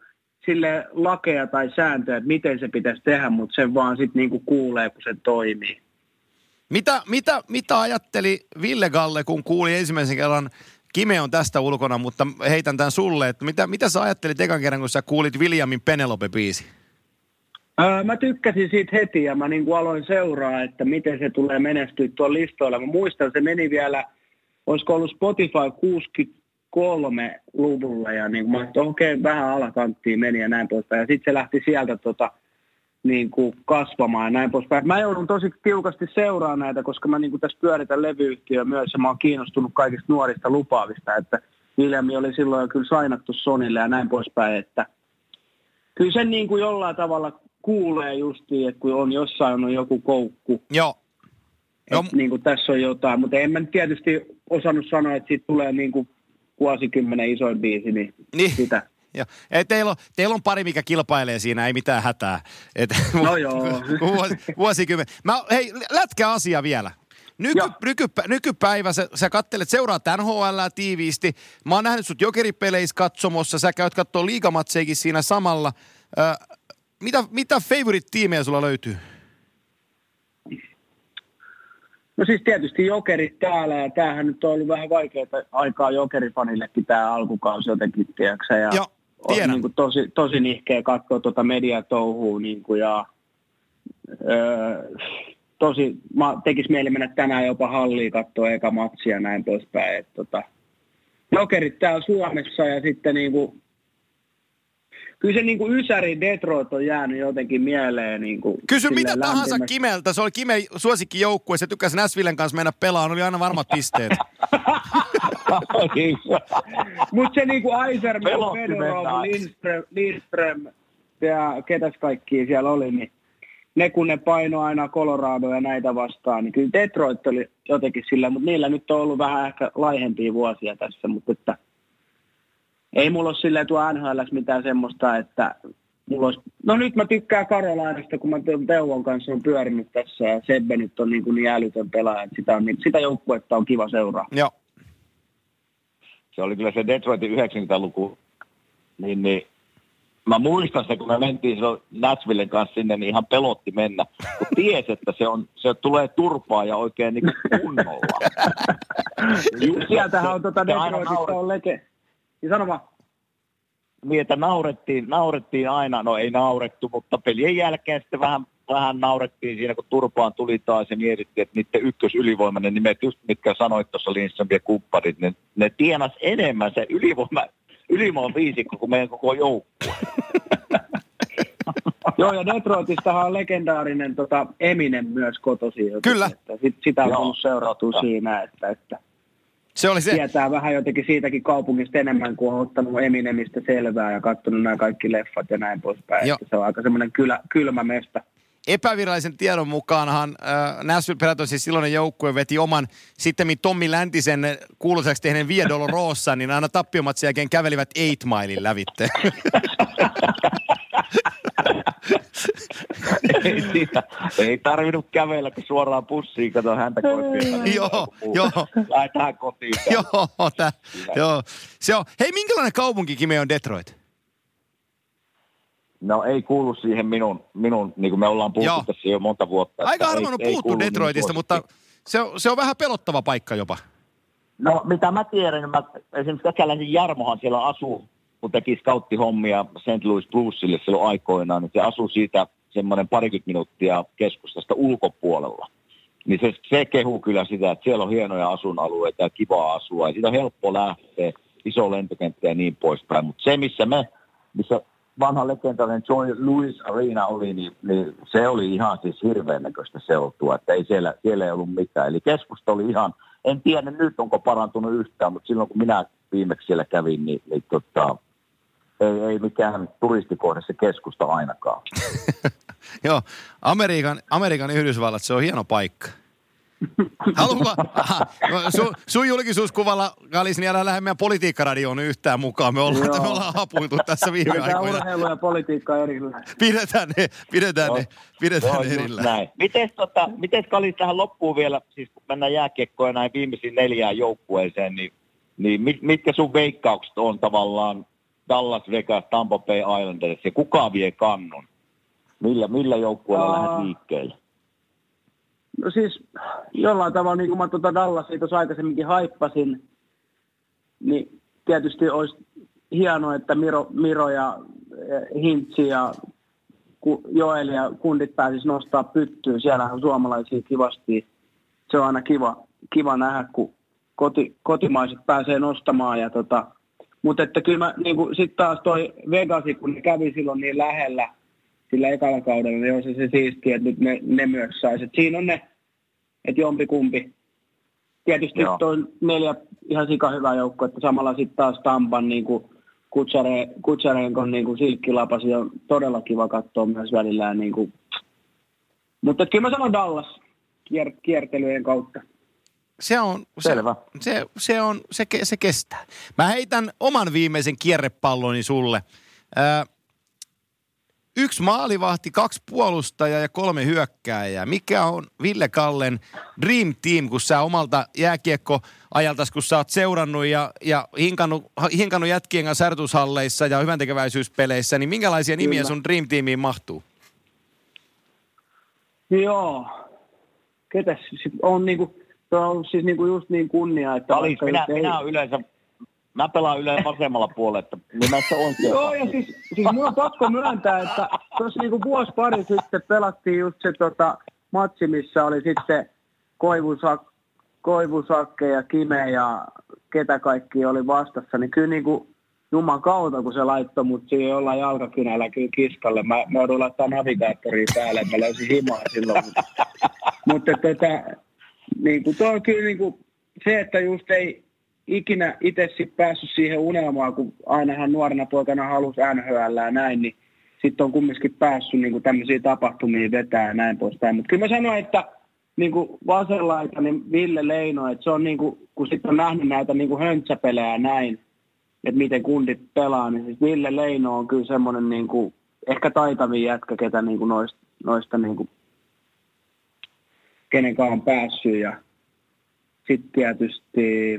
sille lakeja tai sääntöjä, että miten se pitäisi tehdä, mutta sen vaan sitten niinku kuulee, kun se toimii. Mitä, mitä, mitä ajatteli Ville Galle, kun kuuli ensimmäisen kerran, Kime on tästä ulkona, mutta heitän tämän sulle, että mitä, mitä sä ajattelit ekan kerran, kun sä kuulit Williamin Penelope-biisi? Öö, mä tykkäsin siitä heti ja mä niinku aloin seuraa, että miten se tulee menestyä tuolla listoilla. Mä muistan, se meni vielä, olisiko ollut Spotify kuusikymmentäkolme luvulla ja niin mä ajattelin, okei, okay, vähän alakanttiin meni ja näin poispäin. Ja sitten se lähti sieltä tota, niin kuin kasvamaan ja näin poispäin. Mä joudun tosi tiukasti seuraamaan näitä, koska mä niin kuin tässä pyöritän levyyhtiöä myös ja mä oon kiinnostunut kaikista nuorista lupaavista, että Williami oli silloin jo kyllä sainattu Sonille ja näin poispäin, että kyllä sen niin kuin jollain tavalla kuulee justiin, että kun on jossain on joku koukku. Joo. No. Että niin kuin tässä on jotain, mutta en mä tietysti osannut sanoa, että siitä tulee niin kuin vuosikymmenen isoin biisi, niin, niin. sitä. Joo. Teillä, on, teillä on pari, mikä kilpailee siinä, ei mitään hätää. Et, no joo. Vuos, vuosikymmen. Mä, hei, lätkä asia vielä. Nyky, nykypä, nykypäivä, sä, sä kattelet, seuraat N H L tiiviisti. Mä oon nähnyt sut jokeripeleissä katsomossa, sä käyt kattoo liigamatsejakin siinä samalla. Äh, mitä, mitä favorite-tiimejä sulla löytyy? No siis tietysti jokerit täällä, ja tämähän nyt on ollut vähän vaikeaa aikaa jokerifanillekin tämä alkukausi jotenkin, tiedätkö, ja Joo, on niin kuin tosi, tosi nihkeä katsoa tuota mediatouhua, niin kuin, ja öö, tosi, mä tekis mieli mennä tänään jopa halliin katsoa eka matsia ja näin poispäin, että tota, jokerit täällä Suomessa, ja sitten niin kuin, kyllä se niin kuin Ysäri Detroit on jäänyt jotenkin mieleen. Niin kuin kysy mitä lämpimä. tahansa Kimeltä. Se oli Kime suosikkijoukkue. Se tykkäsi Nashvillen kanssa mennä pelaamaan. Oli aina varmat pisteet. Mutta se niin kuin Eiserman, Fedorov, Lindström, Lindström ja ketäs kaikkia siellä oli, niin ne kun ne painoi aina Colorado ja näitä vastaan, niin kyllä Detroit oli jotenkin sillä, mutta niillä nyt on ollut vähän ehkä laihempia vuosia tässä, mutta että ei mulla ole silleen tuo N H L:ssä mitään semmoista, että mulla olisi... No nyt mä tykkään Karolainasta, kun mä Teuvon kanssa on pyörinyt tässä ja Sebbe nyt on niin, kuin niin älytön pelaaja, että sitä, on, niin, sitä joukkuetta on kiva seuraa. Joo. Se oli kyllä se Detroitin yhdeksänkymmentäluku, niin, niin mä muistan se, kun me mentiin Nashvillen kanssa sinne, niin ihan pelotti mennä, kun tiesi, että se, on, se tulee turpaa ja oikein niin kuin kunnolla. Sieltähän on tuota Detroitista on leke... Niin sano vaan. Niin, että naurettiin, naurettiin aina, no ei naurettu, mutta pelien jälkeen sitten vähän, vähän naurettiin siinä, kun turpaan tuli taas ja mietittiin, että niiden ykkösylivoimainen nimet, just mitkä sanoit tuossa Lindström ja kumppanit, ne, ne tienas enemmän se ylivoima, ylivoiman viisikko kuin meidän koko joukkue. Joo, ja Detroitistahan on legendaarinen tota, Eminem myös kotosi. Kyllä. Että sit, sitä on ollut seurattua siinä, että... että se oli se. Tietää vähän jotenkin siitäkin kaupungista enemmän, kuin on ottanut Eminemistä selvää ja katsonut nämä kaikki leffat ja näin poispäin. Se on aika semmoinen kylä, kylmä mesta. Epävirallisen tiedon mukaanhan äh, Nashville Predators, siis silloinen joukkue, veti oman sittemmin Tommi Läntisen kuuluisaksi tehneen Via Dolorosa, niin aina tappiomatsin jälkeen kävelivät Eight Milein lävitte. ei, siitä, ei tarvinnut kävellä, kun suoraan bussiin, kato häntä kotiin. Joo, joo. Lähdetään kotiin. joo, tä, joo. Se on. Hei, minkälainen kaupunki Kime on Detroit? No ei kuulu siihen minun, minun niin kuin me ollaan puhuttu joo. tässä jo monta vuotta. Aika harvoin on puhuttu Detroitista, niin mutta se on, se on vähän pelottava paikka jopa. No mitä mä tiedän, mä, esimerkiksi Käkäläisen Jarmohan siellä asuu, kun teki scouttihommia Saint Louis Bluesille silloin aikoinaan, niin se asuu siitä semmoinen parikymmentä minuuttia keskustasta ulkopuolella. Niin se, se kehuu kyllä sitä, että siellä on hienoja asuinalueita ja kivaa asua. Ja siitä on helppo lähteä, iso lentokenttä ja niin poispäin. Mutta se, missä me, missä vanha legendaarinen Joy Louis Arena oli, niin, niin se oli ihan siis hirveän näköistä seutua, että ei siellä, siellä ei ollut mitään. Eli keskusta oli ihan, en tiedä nyt onko parantunut yhtään, mutta silloin kun minä viimeksi siellä kävin, niin, niin tota, ei, ei mikään turistikohde se keskusta ainakaan. Joo, Amerikan, Amerikan Yhdysvallat, se on hieno paikka. Haluanko, sun, sun julkisuuskuvalla, Kalis, niin älä lähde meidän politiikkaradioon yhtään mukaan. Me ollaan, me ollaan hapuiltu tässä viime pidetään aikoina. Urheilu ja politiikka erillään. Pidetään ne, pidetään no, ne, pidetään no, ne erillään. Näin. Mites, tota, mites Kalis tähän loppuun vielä, siis kun mennään jääkiekkoon näin viimeisiin neljään joukkueeseen, niin, niin mit, mitkä sun veikkaukset on tavallaan Dallas, Vegas, Tampa Bay Islanders ja kuka vie kannun? Millä, millä joukkueella Aa. lähdet liikkeelle? No siis jollain tavalla, niin kuin mä tuota Dallasia tuossa aikaisemminkin haippasin, niin tietysti olisi hienoa, että Miro, Miro ja Hintsi ja Joel ja kundit pääsis nostaa pyttyyn. Siellähän on suomalaisia kivasti. Se on aina kiva, kiva nähdä, kun koti, kotimaiset pääsee nostamaan. Ja tota, mutta että kyllä mä, niin sitten taas toi Vegasi, kun ne kävi silloin niin lähellä sillä ekalla kaudella, niin on se, se siistiä, että nyt ne, ne myös saisi. Siinä on ne, että jompikumpi. Tietysti Joo. toi neljä ihan sika hyvä joukko, että samalla sitten taas Tampan niin kuin Kutsare, Kutsarenkon niin kuin silkkilapasi on todella kiva katsoa myös välillään. Niin kuin. Mutta kyllä mä sanon Dallas kier, kiertelyjen kautta. Se on, se, Selvä. se, se, on, se, se kestää. Mä heitän oman viimeisen kierrepalloni sulle. Ö, yksi maalivahti, kaksi puolustajaa ja kolme hyökkääjää. Mikä on Ville Kallen Dream Team, kun sä omalta jääkiekkoajaltas, kun sä oot seurannut ja, ja hinkannut, hinkannut jätkien kanssa särtushalleissa ja hyväntekeväisyyspeleissä, niin minkälaisia nimiä Kyllä. sun Dream Teamiin mahtuu? Joo. Ketäs on niinku, on siis niinku just niin kunnia, että... Alis, minä, minä olen yleensä, mä pelaan yleensä vasemmalla puolella, että nimessä on se. Joo, ja siis, siis mun on pakko myöntää, että tuossa niinku vuosi pari sitten pelattiin just se tota, matsi, missä oli sitten Koivusak, Koivusakke ja Kime ja ketä kaikki oli vastassa, niin kyllä niinku Juman kautta, kun se laittoi mut siihen jollain jalkakynällä kyllä kiskalle. Mä, mä joudun laittaa navigaattoria päälle, mä löysin himaa silloin. Mutta, mutta tätä, niinku, tuo on kyllä niinku, se, että just ei ikinä itse sit päässyt siihen unelmaan, kun ainahan nuorena poikana halusi N H L ja näin, niin sitten on kumminkin päässyt niinku tämmöisiä tapahtumia vetää ja näin poispäin. Mutta kyllä mä sanoin, että niinku vasenlaita, niin Ville Leino, että se on niinku, kun sitten on nähnyt näitä niinku höntsäpelejä ja näin, että miten kundit pelaa, niin siis Ville Leino on kyllä semmoinen niinku, ehkä taitavin jätkä, ketä niinku noista, noista niinku, kenenkaan on päässyt. Ja sitten tietysti,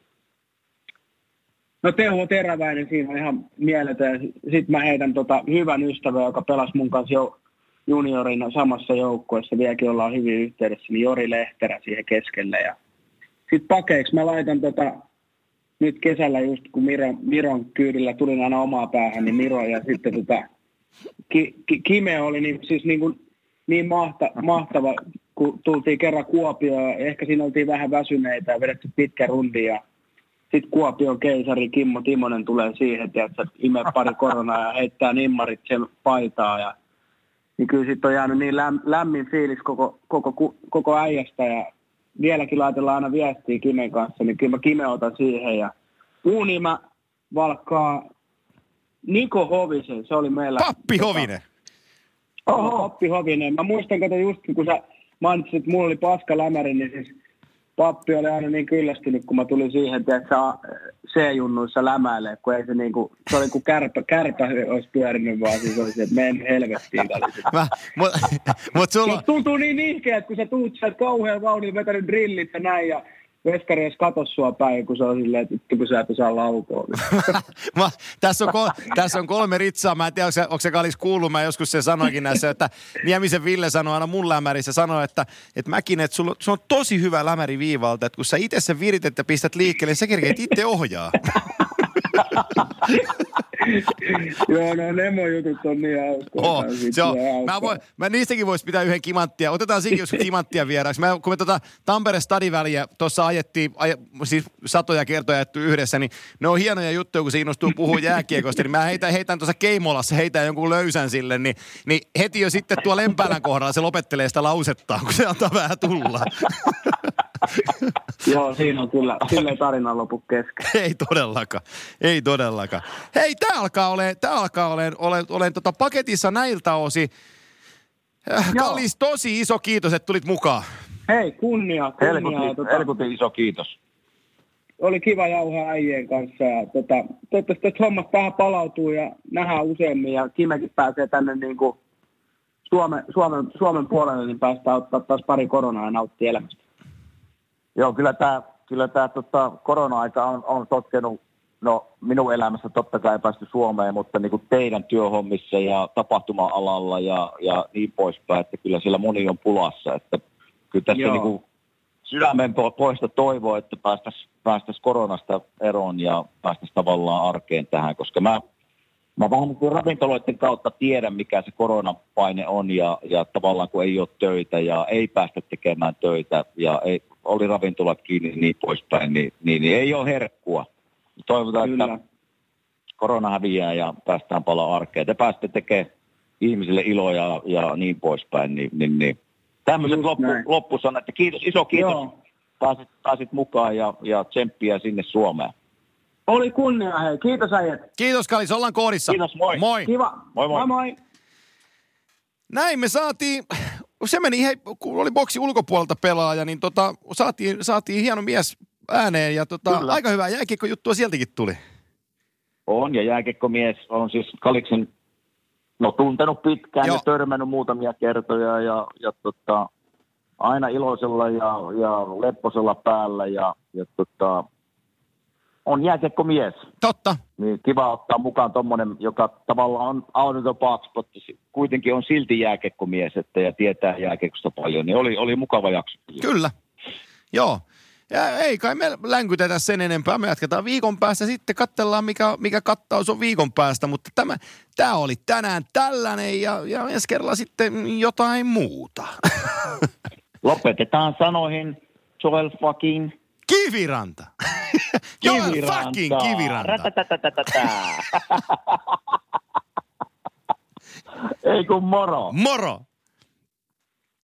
no Teuvo Teräväinen siinä on ihan mieletön. Sitten mä heitän tota hyvän ystävän, joka pelasi mun kanssa jo juniorina samassa joukkueessa, vieläkin ollaan hyvin yhteydessä, niin Jori Lehterä siihen keskelle. Ja sitten pakeiksi mä laitan tota, nyt kesällä just kun Miron, Miron kyydillä tulin aina omaa päähän, niin Miro ja sitten tota, ki, ki, Kime oli niin, siis niin, kuin, niin mahta, mahtava, kun tultiin kerran Kuopioon, ehkä siinä oltiin vähän väsyneitä ja vedetty pitkä rundi ja sitten Kuopion keisari Kimmo Timonen tulee siihen, että imee pari koronaa ja heittää nimmarit sen paitaa ja niin kyllä sitten on jäänyt niin läm, lämmin fiilis koko, koko, koko äijästä ja vieläkin laitellaan aina viestiä Kimen kanssa, niin kyllä mä Kime otan siihen. Ja uuni mä valkkaa Niko Hovisen, se oli meillä. Pappi Hovinen. Oho, Pappi Hovinen. Mä muistan, kato just kun sä mainitsit, että mulla oli paska lämäri, niin siis Pappi oli aina niin kyllästynyt, kun mä tulin siihen, että C-junnuissa lämäilee, kun ei se niinku, se oli kuin kärpä, kärpä olisi pyörinyt vaan, siis olisi, että menen helvettiin. Mä, mut, mut sulla... Mut tuntuu niin nihkeä, että kun sä tuut sieltä kauhean vauhdilla vetänyt drillit ja näin, ja veskari edes katso sua päin, kun se on silleen, että kun sä et osaa laukoa. mä, tässä, on kol, tässä on kolme ritsaa. Mä en tiedä, onko se, onko se Kalis kuullut. Mä joskus se sanoikin näissä, että Niemisen Ville sanoi aina mun lämärissä, sanoi, että, että mäkin, että sulla, sulla on tosi hyvä lämäri viivalta, että kun sä itse sen viritet ja pistät liikkeelle, niin sä kerkeet itse ohjaa. Joo, no Nemo-jutut on niin hauskoja. Oh, se on. Mä, voin, mä niistäkin vois pitää yhden kimanttia. Otetaan siinkin joskus kimanttia vieraaksi. Mä, kun me tota Tampere-Stadiväliä tuossa ajettiin, aj, siis satoja kertoja ajettu yhdessä, niin ne on hienoja juttuja, kun se innostuu puhua jääkiekosta. Niin mä heitän, heitän tuossa Keimolassa, heitän jonkun löysän sille, niin, niin heti jo sitten tuo Lempäälän kohdalla se lopettelee sitä lausettaan, kun se antaa vähän tulla. Joo, siinä on kyllä, sille ei tarina lopu kesken. Ei todellakaan, ei todellakaan. Hei, tää alkaa olemaan, tää alkaa olemaan, olen, olen tota paketissa näiltä osin. Kallis, tosi iso kiitos, että tulit mukaan. Hei, kunnia, kunnia. Helkutin, tota, helkutin iso kiitos. Oli kiva jauhaa äijien kanssa ja tota, toivottavasti että hommat vähän palautuu ja nähdään useammin ja Kimekin pääsee tänne niin kuin Suomen, Suomen, Suomen puolelle, niin päästään ottaa taas pari koronaa ja nauttia elämästä. Joo, kyllä tämä kyllä tää, tota, korona-aika on, on sotkenut no minun elämässä totta kai ei päästy Suomeen, mutta niin kuin teidän työhommissa ja tapahtuma-alalla ja, ja niin poispäin, että kyllä siellä moni on pulassa, että kyllä tässä niin kuin sydämen poista toivoa, että päästäisiin päästäisi koronasta eroon ja päästäisiin tavallaan arkeen tähän, koska mä, mä vähän niin kuin ravintoloiden kautta tiedän, mikä se koronapaine on ja, ja tavallaan kun ei ole töitä ja ei päästä tekemään töitä ja ei, oli ravintolat kiinni niin poispäin, niin, niin, niin ei ole herkkua. Toivotaan, Kyllä. että korona häviää ja päästään palaa arkeen. Te pääsette tekemään ihmisille iloa ja, ja niin poispäin. Niin, niin, niin. Tämmöiset loppu, loppusanat, että kiitos, iso kiitos. Pääsit, pääsit mukaan ja, ja tsemppiä sinne Suomeen. Oli kunnia, hei. Kiitos äijät. Kiitos Kalis, ollaan koodissa. Kiitos, moi. Moi. Kiva. Moi moi. Moi moi. Näin me saatiin, se meni, hei, kun oli boksi ulkopuolelta pelaaja, niin tota, saatiin, saatiin hieno mies ääneen ja tota, aika hyvää jääkiekkojuttua sieltäkin tuli. On, ja jääkiekkomies on siis Kaliksen no, tuntenut pitkään Joo. ja törmännyt muutamia kertoja ja, ja tota, aina iloisella ja, ja lepposella päällä ja, ja tota, on jääkiekkomies. Totta. Niin kiva ottaa mukaan tommonen, joka tavallaan on out of the box, mutta kuitenkin on silti jääkiekkomies että, ja tietää jääkiekosta paljon, niin oli, oli mukava jakso. Kyllä, joo. Ja ei kai me länkytetä sen enempää. Me jatketaan viikon päästä sitten, katsellaan mikä, mikä kattaus on viikon päästä, mutta tämä, tämä oli tänään tällainen ja, ja ensi kerralla sitten jotain muuta. Lopetetaan sanoihin Joel fucking Kiviranta. Joel fucking Kiviranta. Ei kun moro. Moro.